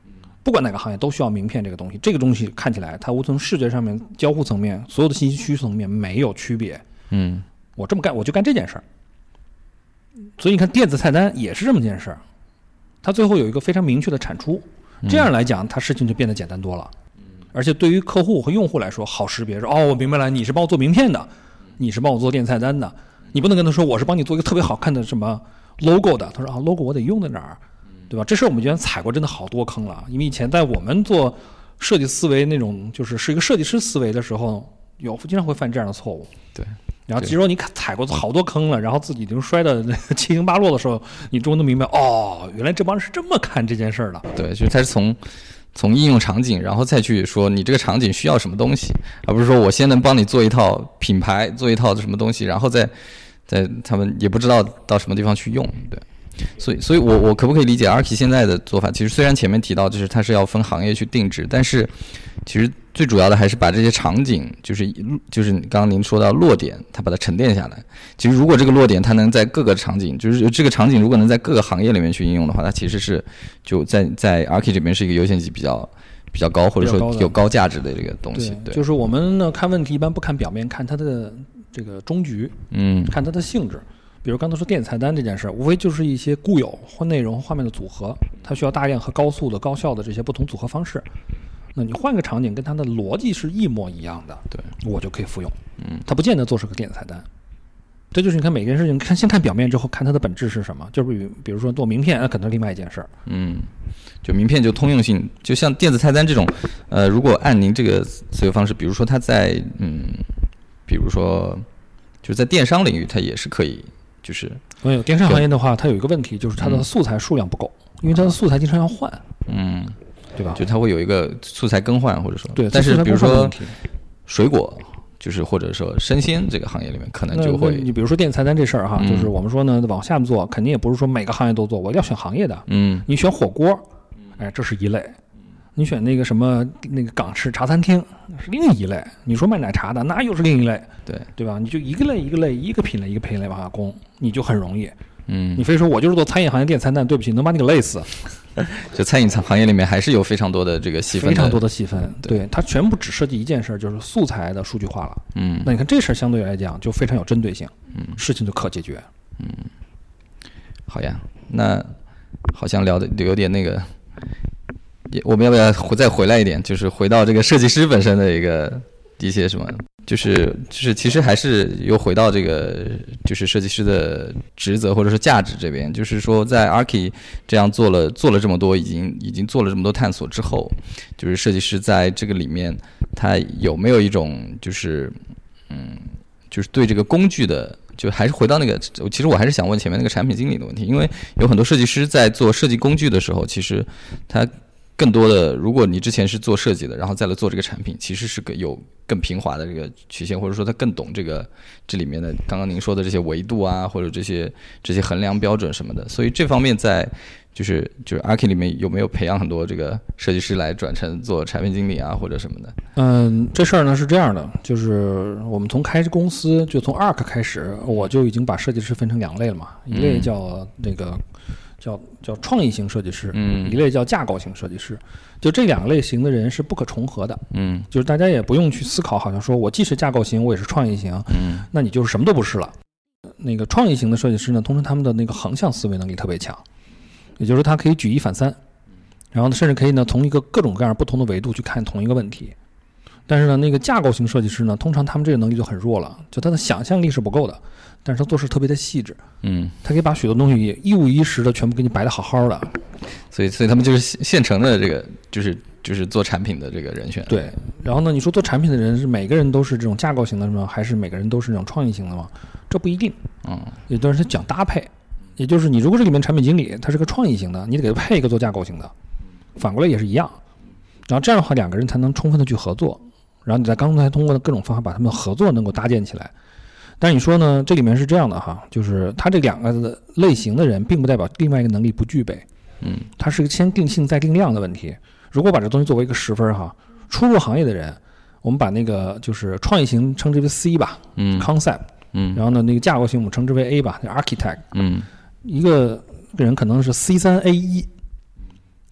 不管哪个行业都需要名片这个东西。这个东西看起来它无从视觉上面、交互层面、所有的信息需求层面没有区别。 嗯， 我这么干，我就干这件事儿。所以你看，电子菜单也是这么件事儿，它最后有一个非常明确的产出。这样来讲，它事情就变得简单多了。而且对于客户和用户来说，好识别说，哦，我明白了，你是帮我做名片的，你是帮我做电子菜单的。你不能跟他说我是帮你做一个特别好看的什么 logo 的。他说啊 ，logo 我得用在哪儿？对吧？这事儿我们原来踩过真的好多坑了，因为以前在我们做设计思维那种，就是是一个设计师思维的时候，有经常会犯这样的错误。 对。 然后，其实你踩过好多坑了，然后自己就摔得七零八落的时候，你终于能明白，哦，原来这帮人是这么看这件事儿的。 对，就是他是从从应用场景，然后再去说你这个场景需要什么东西，而不是说我先能帮你做一套品牌，做一套什么东西，然后再再他们也不知道到什么地方去用。对。所以，所以我我可不可以理解 Arki 现在的做法？其实虽然前面提到，就是它是要分行业去定制，但是其实最主要的还是把这些场景，就是就是刚刚您说到落点，它把它沉淀下来。其实如果这个落点它能在各个场景，就是这个场景如果能在各个行业里面去应用的话，它其实是就在在 Arki 这边是一个优先级比较比较高，或者说有高价值的这个东西。 对，就是我们呢看问题一般不看表面，看它的这个终局， 嗯， 看它的性质。比如刚才说电子菜单这件事，无非就是一些固有或内容画面的组合，它需要大量和高速的、高效的这些不同组合方式。那你换个场景，跟它的逻辑是一模一样的， 对， 我就可以复用。嗯，它不见得做是个电子菜单。这就是你看每件事情，看先看表面之后，看它的本质是什么。就是比比如说做名片，那可能是另外一件事儿。 嗯，就名片就通用性，就像电子菜单这种，呃，如果按您这个思维方式，比如说它在嗯，比如说就是在电商领域，它也是可以。就是没有电商行业的话，它有一个问题，就是它的素材数量不够，嗯、因为它的素材经常要换， 嗯， 对吧？ 就它会有一个素材更换，或者说对， 但是比如说水果，就是或者说生鲜这个行业里面，可能就会你比如说电子菜单这事儿哈、嗯，就是我们说呢，往下做，肯定也不是说每个行业都做，我要选行业的， 嗯， 你选火锅，哎，这是一类。你选那个什么那个港式茶餐厅是另一类，你说卖奶茶的那又是另一类， 对对吧？你就一个类一个类，一个品类一个品类往下攻，你就很容易。 嗯， 你非说我就是做餐饮行业电子菜单，对不起，能把你给累死。 就餐饮行业里面还是有非常多的这个细分， 非常多的细分， 对， 对它全部只涉及一件事，就是素材的数据化了。 嗯， 那你看这事儿相对来讲就非常有针对性， 嗯， 事情就可解决。 嗯，好呀，那好像聊的有点那个。我们要不要再回来一点，就是回到这个设计师本身的一个一些什么，就是就是其实还是又回到这个就是设计师的职责或者说价值这边，就是说在 Arki 这样做了做了这么多，已经已经做了这么多探索之后，就是设计师在这个里面他有没有一种就是嗯就是对这个工具的。就还是回到那个，其实我还是想问前面那个产品经理的问题，因为有很多设计师在做设计工具的时候，其实他更多的，如果你之前是做设计的，然后再来做这个产品，其实是个有更平滑的这个曲线，或者说他更懂这个这里面的刚刚您说的这些维度啊，或者这些这些衡量标准什么的，所以这方面在就是就是 Arki 里面有没有培养很多这个设计师来转成做产品经理啊或者什么的？ 嗯，这事儿呢是这样的，就是我们从开公司就从 Ark 开始，我就已经把设计师分成两类了嘛，一类叫那个叫叫创意型设计师， 嗯， 一类叫架构型设计师，就这两类型的人是不可重合的， 嗯， 就是大家也不用去思考，好像说我既是架构型，我也是创意型， 嗯， 那你就是什么都不是了。那个创意型的设计师呢，通常他们的那个横向思维能力特别强。也就是说他可以举一反三，然后呢甚至可以呢从一个各种各样不同的维度去看同一个问题。但是呢那个架构型设计师呢，通常他们这个能力就很弱了，就他的想象力是不够的，但是他做事特别的细致， 嗯， 他可以把许多东西一五一十的全部给你摆得好好的， 所以所以他们就是现成的这个就是就是做产品的这个人选。 对，然后呢你说做产品的人是每个人都是这种架构型的吗？还是每个人都是这种创意型的吗？这不一定， 嗯， 有的人是讲搭配。也就是你如果这里面产品经理他是个创意型的，你得给他配一个做架构型的，反过来也是一样。然后这样的话两个人才能充分的去合作，然后你在刚才通过的各种方法把他们合作能够搭建起来。但是你说呢，这里面是这样的哈，就是他这两个的类型的人并不代表另外一个能力不具备， 嗯， 它是个先定性再定量的问题。如果把这东西作为一个十分哈，初入行业的人，我们把那个就是创意型称之为 C 吧， 嗯 ，concept， 嗯， 然后呢那个架构型我们称之为 A 吧， architect， 嗯。 一个人可能是 C 三 A 一，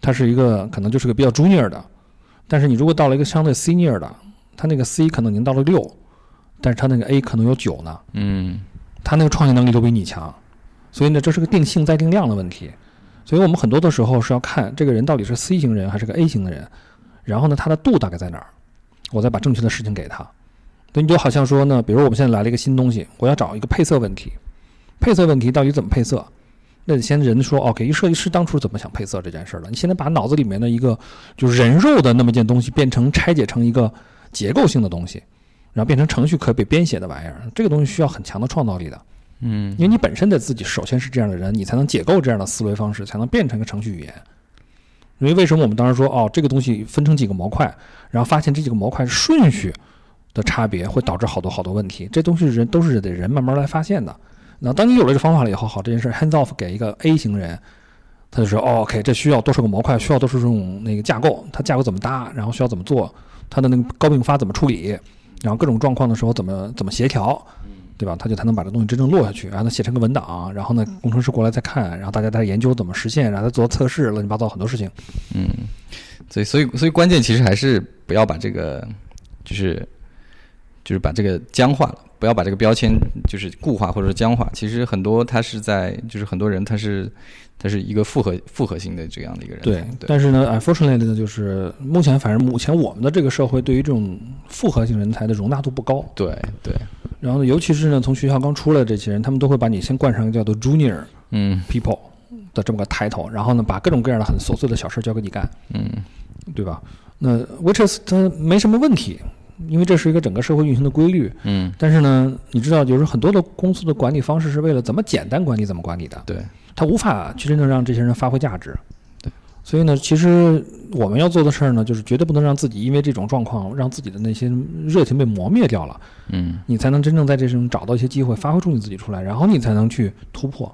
他是一个可能就是个比较 junior 的，但是你如果到了一个相对 senior 的，他那个 C 可能已经到了六，但是他那个 A 可能有九呢， 嗯， 他那个创新能力都比你强，所以呢，这是个定性再定量的问题。所以我们很多的时候是要看这个人到底是 C 型人还是个 A 型的人，然后呢，他的度大概在哪儿，我再把正确的事情给他。对，你就好像说呢，比如我们现在来了一个新东西，我要找一个配色问题，配色问题到底怎么配色？那得先人说 OK， 一设计师当初怎么想配色这件事的？你现在把脑子里面的一个就是人肉的那么一件东西变成拆解成一个结构性的东西，然后变成程序可被编写的玩意儿，这个东西需要很强的创造力的。嗯，因为你本身的自己首先是这样的人，你才能解构这样的思维方式，才能变成一个程序语言。因为为什么我们当时说哦，这个东西分成几个模块，然后发现这几个模块顺序的差别会导致好多好多问题，这东西人都是得人慢慢来发现的。那当你有了这方法了以后，好，这件事 hands off 给一个 A 型人，他就说、哦、OK， 这需要多少个模块，需要多少种那个架构，它架构怎么搭，然后需要怎么做，它的那个高并发怎么处理，然后各种状况的时候怎么怎么协调，对吧？他就才能把这东西真正落下去，然后他写成个文档，然后呢，工程师过来再看，然后大家再研究怎么实现，然后再做测试，乱七八糟很多事情。 嗯，所以所以所以关键其实还是不要把这个就是就是把这个僵化了，不要把这个标签就是固化或者是僵化。其实很多他是在就是很多人他是他是一个复合复合型的这样的一个人。 对，对但是呢 ，unfortunately 呢，就是目前反正目前我们的这个社会对于这种复合型人才的容纳度不高。 对对。 然后呢，尤其是呢，从学校刚出来的这些人，他们都会把你先冠上一个叫做 junior 嗯 people 的这么个 title，、嗯、然后呢，把各种各样的很琐碎的小事交给你干， 嗯， 对吧？那 which is 它没什么问题，因为这是一个整个社会运行的规律， 嗯。 但是呢，你知道，就是很多的公司的管理方式是为了怎么简单管理怎么管理的， 对， 它无法去真正让这些人发挥价值。所以呢，其实我们要做的事儿呢，就是绝对不能让自己因为这种状况，让自己的那些热情被磨灭掉了。 嗯， 你才能真正在这种找到一些机会，发挥出你自己出来，然后你才能去突破。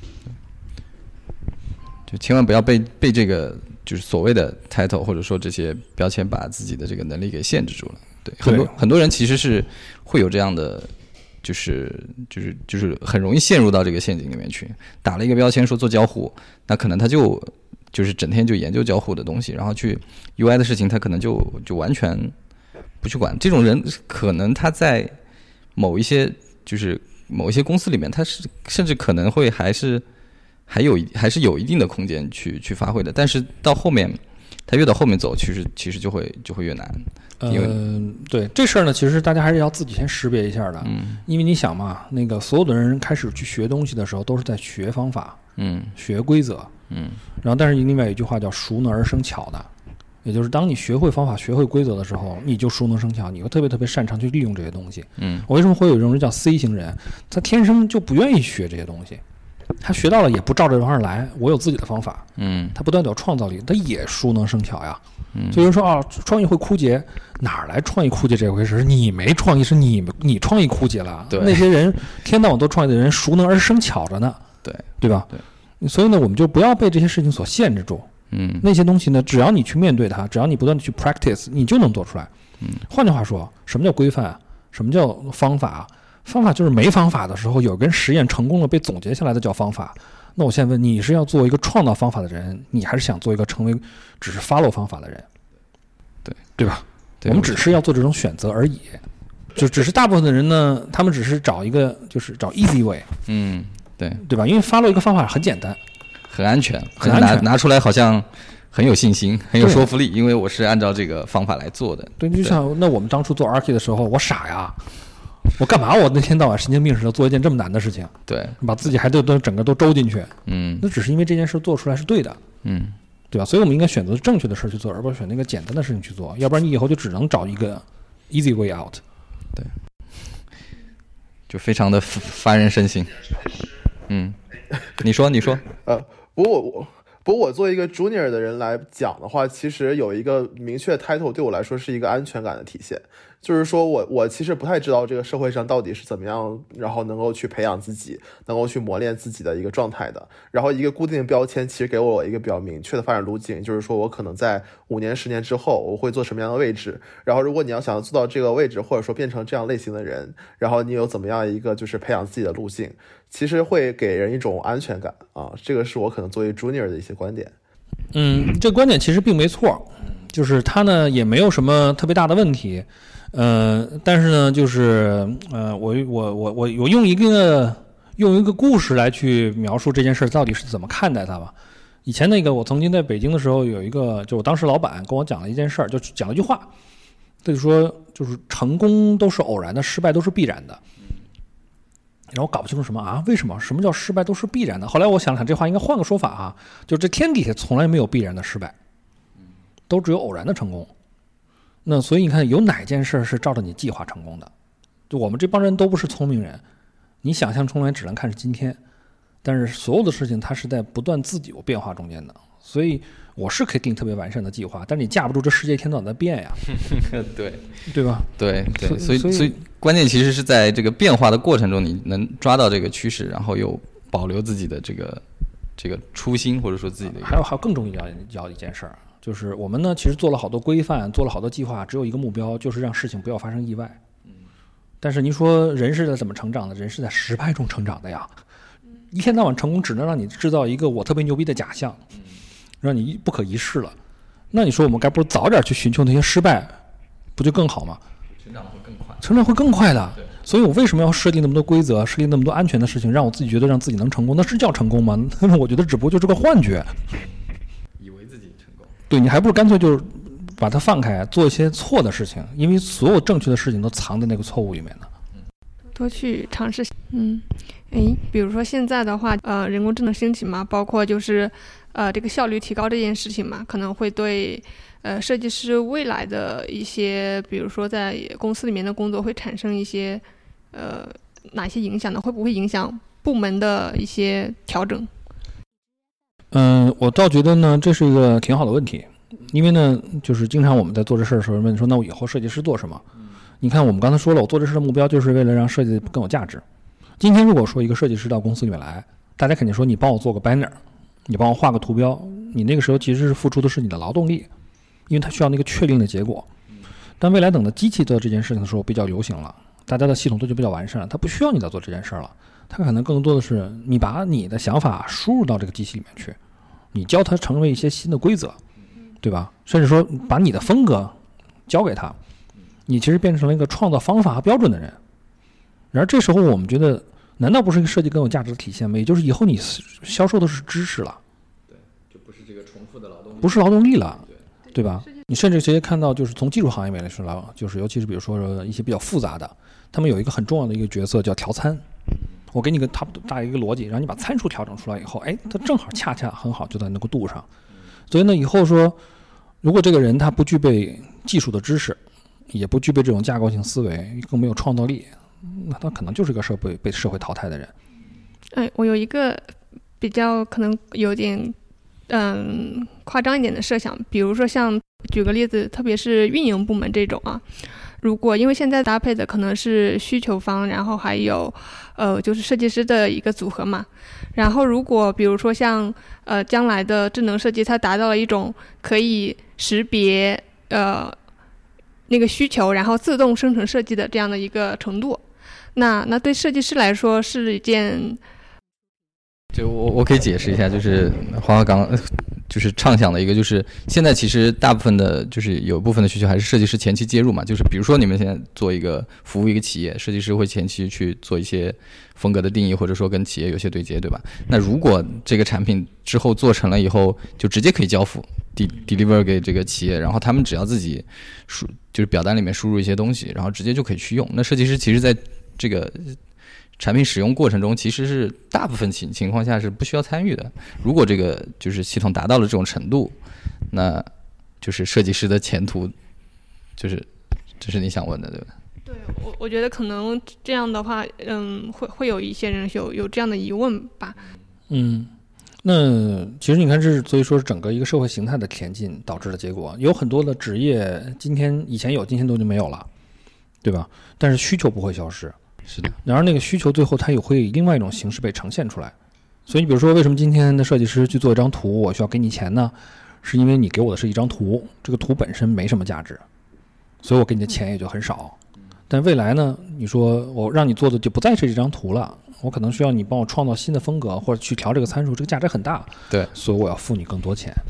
就千万不要被被这个就是所谓的 title 或者说这些标签把自己的这个能力给限制住了。对，很多很多人其实是会有这样的。就是就是就是很容易陷入到这个陷阱里面去，打了一个标签说做交互，那可能他就就是整天就研究交互的东西，然后去 U I 的事情他可能就就完全不去管。这种人可能他在某一些就是某一些公司里面，他是甚至可能会还是还有还是有一定的空间去去发挥的，但是到后面他越到后面走，其实其实就会就会越难。因为、 呃、对这事儿呢，其实大家还是要自己先识别一下的。 嗯， 因为你想嘛，那个所有的人开始去学东西的时候，都是在学方法， 嗯， 学规则， 嗯， 然后但是另外有一句话叫熟能而生巧的，也就是当你学会方法、学会规则的时候，你就熟能生巧，你会特别特别擅长去利用这些东西。 嗯， 我为什么会有一种人叫 C 型人，他天生就不愿意学这些东西，他学到了也不照这方式来，我有自己的方法， 嗯， 他不断的有创造力，他也熟能生巧呀。嗯，所以说啊，创意会枯竭，哪儿来创意枯竭这回事？你没创意，是你你创意枯竭了。 对， 那些人天到晚都创意的人，熟能而生巧着呢。 对， 对吧？ 对。 所以呢，我们就不要被这些事情所限制住。 嗯， 那些东西呢，只要你去面对它，只要你不断的去 practice， 你就能做出来。 嗯， 换句话说，什么叫规范？什么叫方法？方法就是没方法的时候，有根实验成功了被总结下来的叫方法。那我现在问你，是要做一个创造方法的人，你还是想做一个成为只是 follow 方法的人？ 对， 对吧？ 对， 我们只是要做这种选择而已。就只是大部分的人呢，他们只是找一个，就是找 easy way。 嗯，对， 对吧？因为 follow 一个方法很简单， 很安全， 很安全， 拿拿出来好像很有信心，很有说服力，因为我是按照这个方法来做的。 对，就像那我们当初做 Archi 的时候，我傻呀。我干嘛？我那天到晚神经病似的做一件这么难的事情， 对， 把自己还都都整个都周进去， 嗯， 那只是因为这件事做出来是对的， 嗯， 对吧？所以我们应该选择正确的事去做，而不是选那个简单的事情去做，要不然你以后就只能找一个 easy way out， 对，就非常的发人深省。嗯，你说，你说， 呃，不过我我。不过我作为一个 junior 的人来讲的话，其实有一个明确 title 对我来说是一个安全感的体现，就是说我我其实不太知道这个社会上到底是怎么样，然后能够去培养自己，能够去磨练自己的一个状态的。然后一个固定的标签其实给我一个比较明确的发展路径，就是说我可能在五年十年之后我会做什么样的位置，然后如果你要想要做到这个位置，或者说变成这样类型的人，然后你有怎么样一个就是培养自己的路径，其实会给人一种安全感啊，这个是我可能作为 junior 的一些观点。 嗯，这个观点其实并没错，就是它呢也没有什么特别大的问题，呃，但是呢，就是呃，我我我我我用一个用一个故事来去描述这件事到底是怎么看待它吧。以前那个我曾经在北京的时候，有一个就我当时老板跟我讲了一件事儿，就讲了一句话，他就说就是成功都是偶然的，失败都是必然的。然后我搞不清楚什么啊？为什么？什么叫失败都是必然的？后来我想想，这话应该换个说法啊，就这天底下从来没有必然的失败，都只有偶然的成功。那所以你看，有哪件事是照着你计划成功的？就我们这帮人都不是聪明人，你想象出来只能看是今天，但是所有的事情它是在不断自己有变化中间的。所以我是可以定特别完善的计划，但是你架不住这世界一天到晚在变呀， 对对吧？ 对对，所以所以所以关键其实是在这个变化的过程中，你能抓到这个趋势，然后又保留自己的这个这个初心，或者说自己的。 还有还有更重要要一件事儿，就是我们呢其实做了好多规范，做了好多计划，只有一个目标，就是让事情不要发生意外。但是您说人是在怎么成长的？人是在失败中成长的呀。一天到晚成功只能让你制造一个我特别牛逼的假象，让你不可一世了。那你说我们该不如早点去寻求那些失败，不就更好吗？ 成长会更快， 成长会更快的。所以我为什么要设定那么多规则，设定那么多安全的事情，让我自己觉得让自己能成功？那是叫成功吗？我觉得只不过就是个幻觉。 以为自己成功。 对，你还不如干脆就是把它放开，做一些错的事情，因为所有正确的事情都藏在那个错误里面呢。 多去尝试。嗯，诶，比如说现在的话，呃，人工智能兴起嘛，包括就是呃这个效率提高这件事情嘛，可能会对呃设计师未来的一些，比如说在公司里面的工作会产生一些呃哪些影响呢？会不会影响部门的一些调整？ 嗯，我倒觉得呢，这是一个挺好的问题，因为呢，就是经常我们在做这事儿的时候问说，那我以后设计师做什么？你看，我们刚才说了，我做这事的目标就是为了让设计更有价值。今天如果说一个设计师到公司里面来，大家肯定说你帮我做个 banner， 你帮我画个图标，你那个时候其实是付出的是你的劳动力，因为它需要那个确定的结果。但未来等到机器做这件事情的时候比较流行了，大家的系统都就比较完善了，它不需要你再做这件事了，它可能更多的是你把你的想法输入到这个机器里面去，你教它成为一些新的规则，对吧？甚至说把你的风格交给他，你其实变成了一个创造方法和标准的人。然而这时候我们觉得，难道不是一个设计更有价值的体现吗？也就是以后你销售的是知识了， 对，就不是这个重复的劳动力， 不是劳动力了，对, 对吧？你甚至直接看到，就是从技术行业里面来说，就是尤其是比如说一些比较复杂的，他们有一个很重要的一个角色叫调参。我给你个差不多大一个逻辑，让你把参数调整出来以后，哎，它正好恰恰很好就在那个度上。所以呢，以后说，如果这个人他不具备技术的知识，也不具备这种架构性思维，更没有创造力，那他可能就是个社会被社会淘汰的人。 哎，我有一个比较可能有点嗯夸张一点的设想，比如说像举个例子，特别是运营部门这种啊，如果因为现在搭配的可能是需求方，然后还有呃就是设计师的一个组合嘛，然后如果比如说像呃将来的智能设计，它达到了一种可以识别呃那个需求，然后自动生成设计的这样的一个程度，那那对设计师来说是一件， 就我我可以解释一下，就是黄华刚就是畅想的一个，就是现在其实大部分的，就是有部分的需求还是设计师前期介入嘛，就是比如说你们现在做一个服务一个企业，设计师会前期去做一些风格的定义，或者说跟企业有些对接，对吧？那如果这个产品之后做成了以后，就直接可以交付 deliver 给这个企业，然后他们只要自己输就是表单里面输入一些东西，然后直接就可以去用。那设计师其实在这个产品使用过程中，其实是大部分情情况下是不需要参与的。如果这个就是系统达到了这种程度，那就是设计师的前途，就是这是你想问的，对吧？ 对，我我觉得可能这样的话，嗯，会会有一些人有有这样的疑问吧。 嗯，那其实你看，这是所以说是整个一个社会形态的前进导致的结果。有很多的职业，今天以前有，今天都就没有了，对吧？但是需求不会消失。 是的， 然而那个需求最后它也会以另外一种形式被呈现出来。所以你比如说，为什么今天的设计师去做一张图，我需要给你钱呢？是因为你给我的是一张图，这个图本身没什么价值，所以我给你的钱也就很少。但未来呢，你说我让你做的就不再是这张图了，我可能需要你帮我创造新的风格，或者去调这个参数，这个价值很大， 对， 所以我要付你更多钱。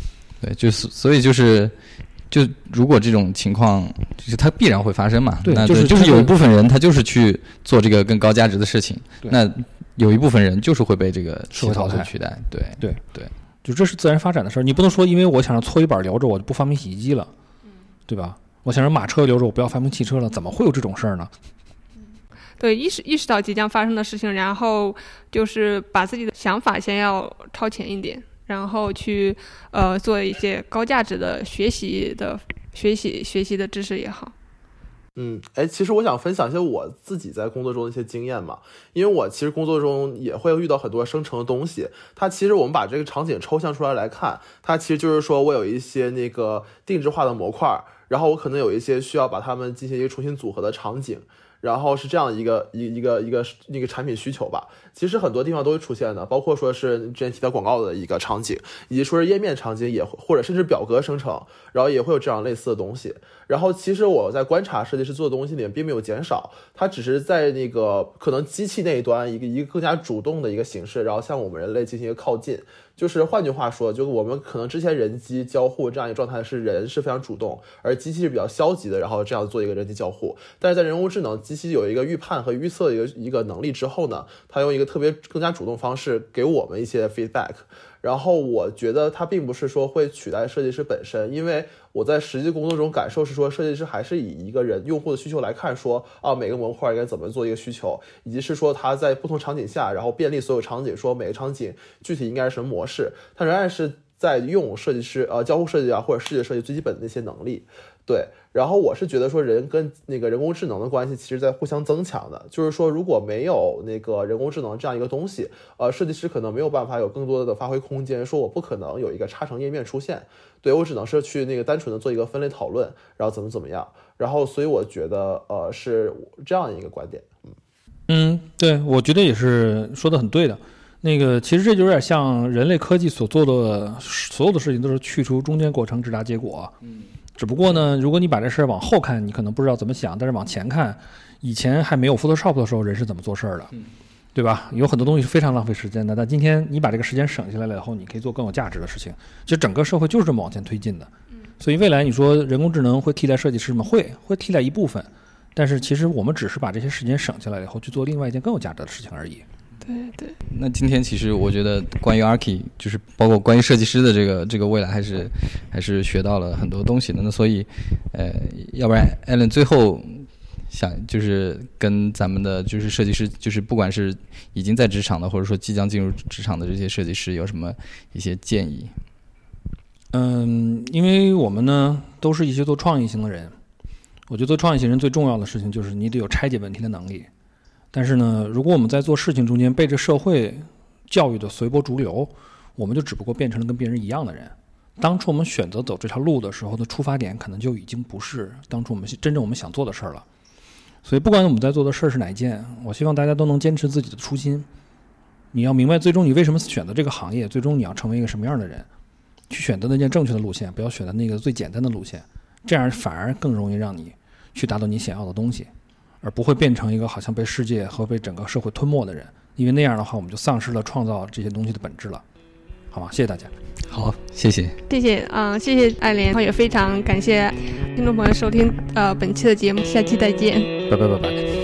对，就是所以就是。就如果这种情况，就是它必然会发生嘛。 对， 那就是就是有一部分人他就是去做这个更高价值的事情，那有一部分人就是会被这个社会淘汰取代。对对对， 就这是自然发展的事儿。你不能说因为我想让搓衣板留着，我就不发明洗衣机了，对吧？我想让马车留着，我不要发明汽车了，怎么会有这种事儿呢？ 对，意识意识到即将发生的事情，然后就是把自己的想法先要超前一点。然后去呃做一些高价值的学习的学习学习的知识也好。 嗯，哎，其实我想分享一些我自己在工作中的一些经验嘛，因为我其实工作中也会遇到很多生成的东西，它其实我们把这个场景抽象出来来看，它其实就是说我有一些那个定制化的模块，然后我可能有一些需要把它们进行一个重新组合的场景。然后是这样一个一一个一个一个产品需求吧，其实很多地方都会出现的，包括说是之前提到广告的一个场景，以及说是页面场景也或者甚至表格生成，然后也会有这样类似的东西。然后其实我在观察设计师做的东西里面并没有减少，它只是在那个可能机器那一端一个一个更加主动的一个形式，然后向我们人类进行一个靠近。就是换句话说，就我们可能之前人机交互这样一个状态是人是非常主动，而机器是比较消极的，然后这样做一个人机交互。但是在人工智能机器有一个预判和预测的一个一个能力之后呢，它用一个特别更加主动方式给我们一些 feedback。然后我觉得它并不是说会取代设计师本身，因为我在实际工作中感受是说，设计师还是以一个人用户的需求来看说，啊每个模块应该怎么做一个需求，以及是说他在不同场景下，然后便利所有场景，说每个场景具体应该是什么模式，它仍然是在用设计师呃交互设计啊或者视觉设计最基本的那些能力。对，然后我是觉得说人跟那个人工智能的关系其实在互相增强的，就是说如果没有那个人工智能这样一个东西，呃，设计师可能没有办法有更多的发挥空间，说我不可能有一个插成页面出现，对，我只能是去那个单纯的做一个分类讨论，然后怎么怎么样，然后所以我觉得呃是这样一个观点。嗯嗯，对，我觉得也是说的很对的。那个其实这就有点像人类科技所做的所有的事情都是去除中间过程直达结果。嗯。只不过呢，如果你把这事儿往后看，你可能不知道怎么想，但是往前看，以前还没有 Photoshop 的时候，人是怎么做事儿的，对吧？有很多东西是非常浪费时间的，但今天你把这个时间省下来了以后，你可以做更有价值的事情。就整个社会就是这么往前推进的。所以未来你说人工智能会替代设计师吗？会，会替代一部分，但是其实我们只是把这些时间省下来以后，去做另外一件更有价值的事情而已。 对对， 那今天其实我觉得关于 Archi 就是包括关于设计师的这个这个未来还是还是学到了很多东西的。那所以呃要不然 Alan 最后想就是跟咱们的就是设计师，就是不管是已经在职场的或者说即将进入职场的这些设计师有什么一些建议？ 嗯，因为我们呢都是一些做创意型的人，我觉得做创意型人最重要的事情就是你得有拆解问题的能力。但是呢，如果我们在做事情中间被这社会教育的随波逐流，我们就只不过变成了跟别人一样的人。当初我们选择走这条路的时候的出发点，可能就已经不是当初我们真正我们想做的事儿了。所以不管我们在做的事儿是哪一件，我希望大家都能坚持自己的初心。你要明白最终你为什么选择这个行业，最终你要成为一个什么样的人，去选择那件正确的路线，不要选择那个最简单的路线，这样反而更容易让你去达到你想要的东西，而不会变成一个好像被世界和被整个社会吞没的人，因为那样的话我们就丧失了创造这些东西的本质了。好吗？谢谢大家。 好，谢谢谢谢啊、呃，谢谢艾莲，然后也非常感谢听众朋友收听呃本期的节目，下期再见， 拜拜拜拜。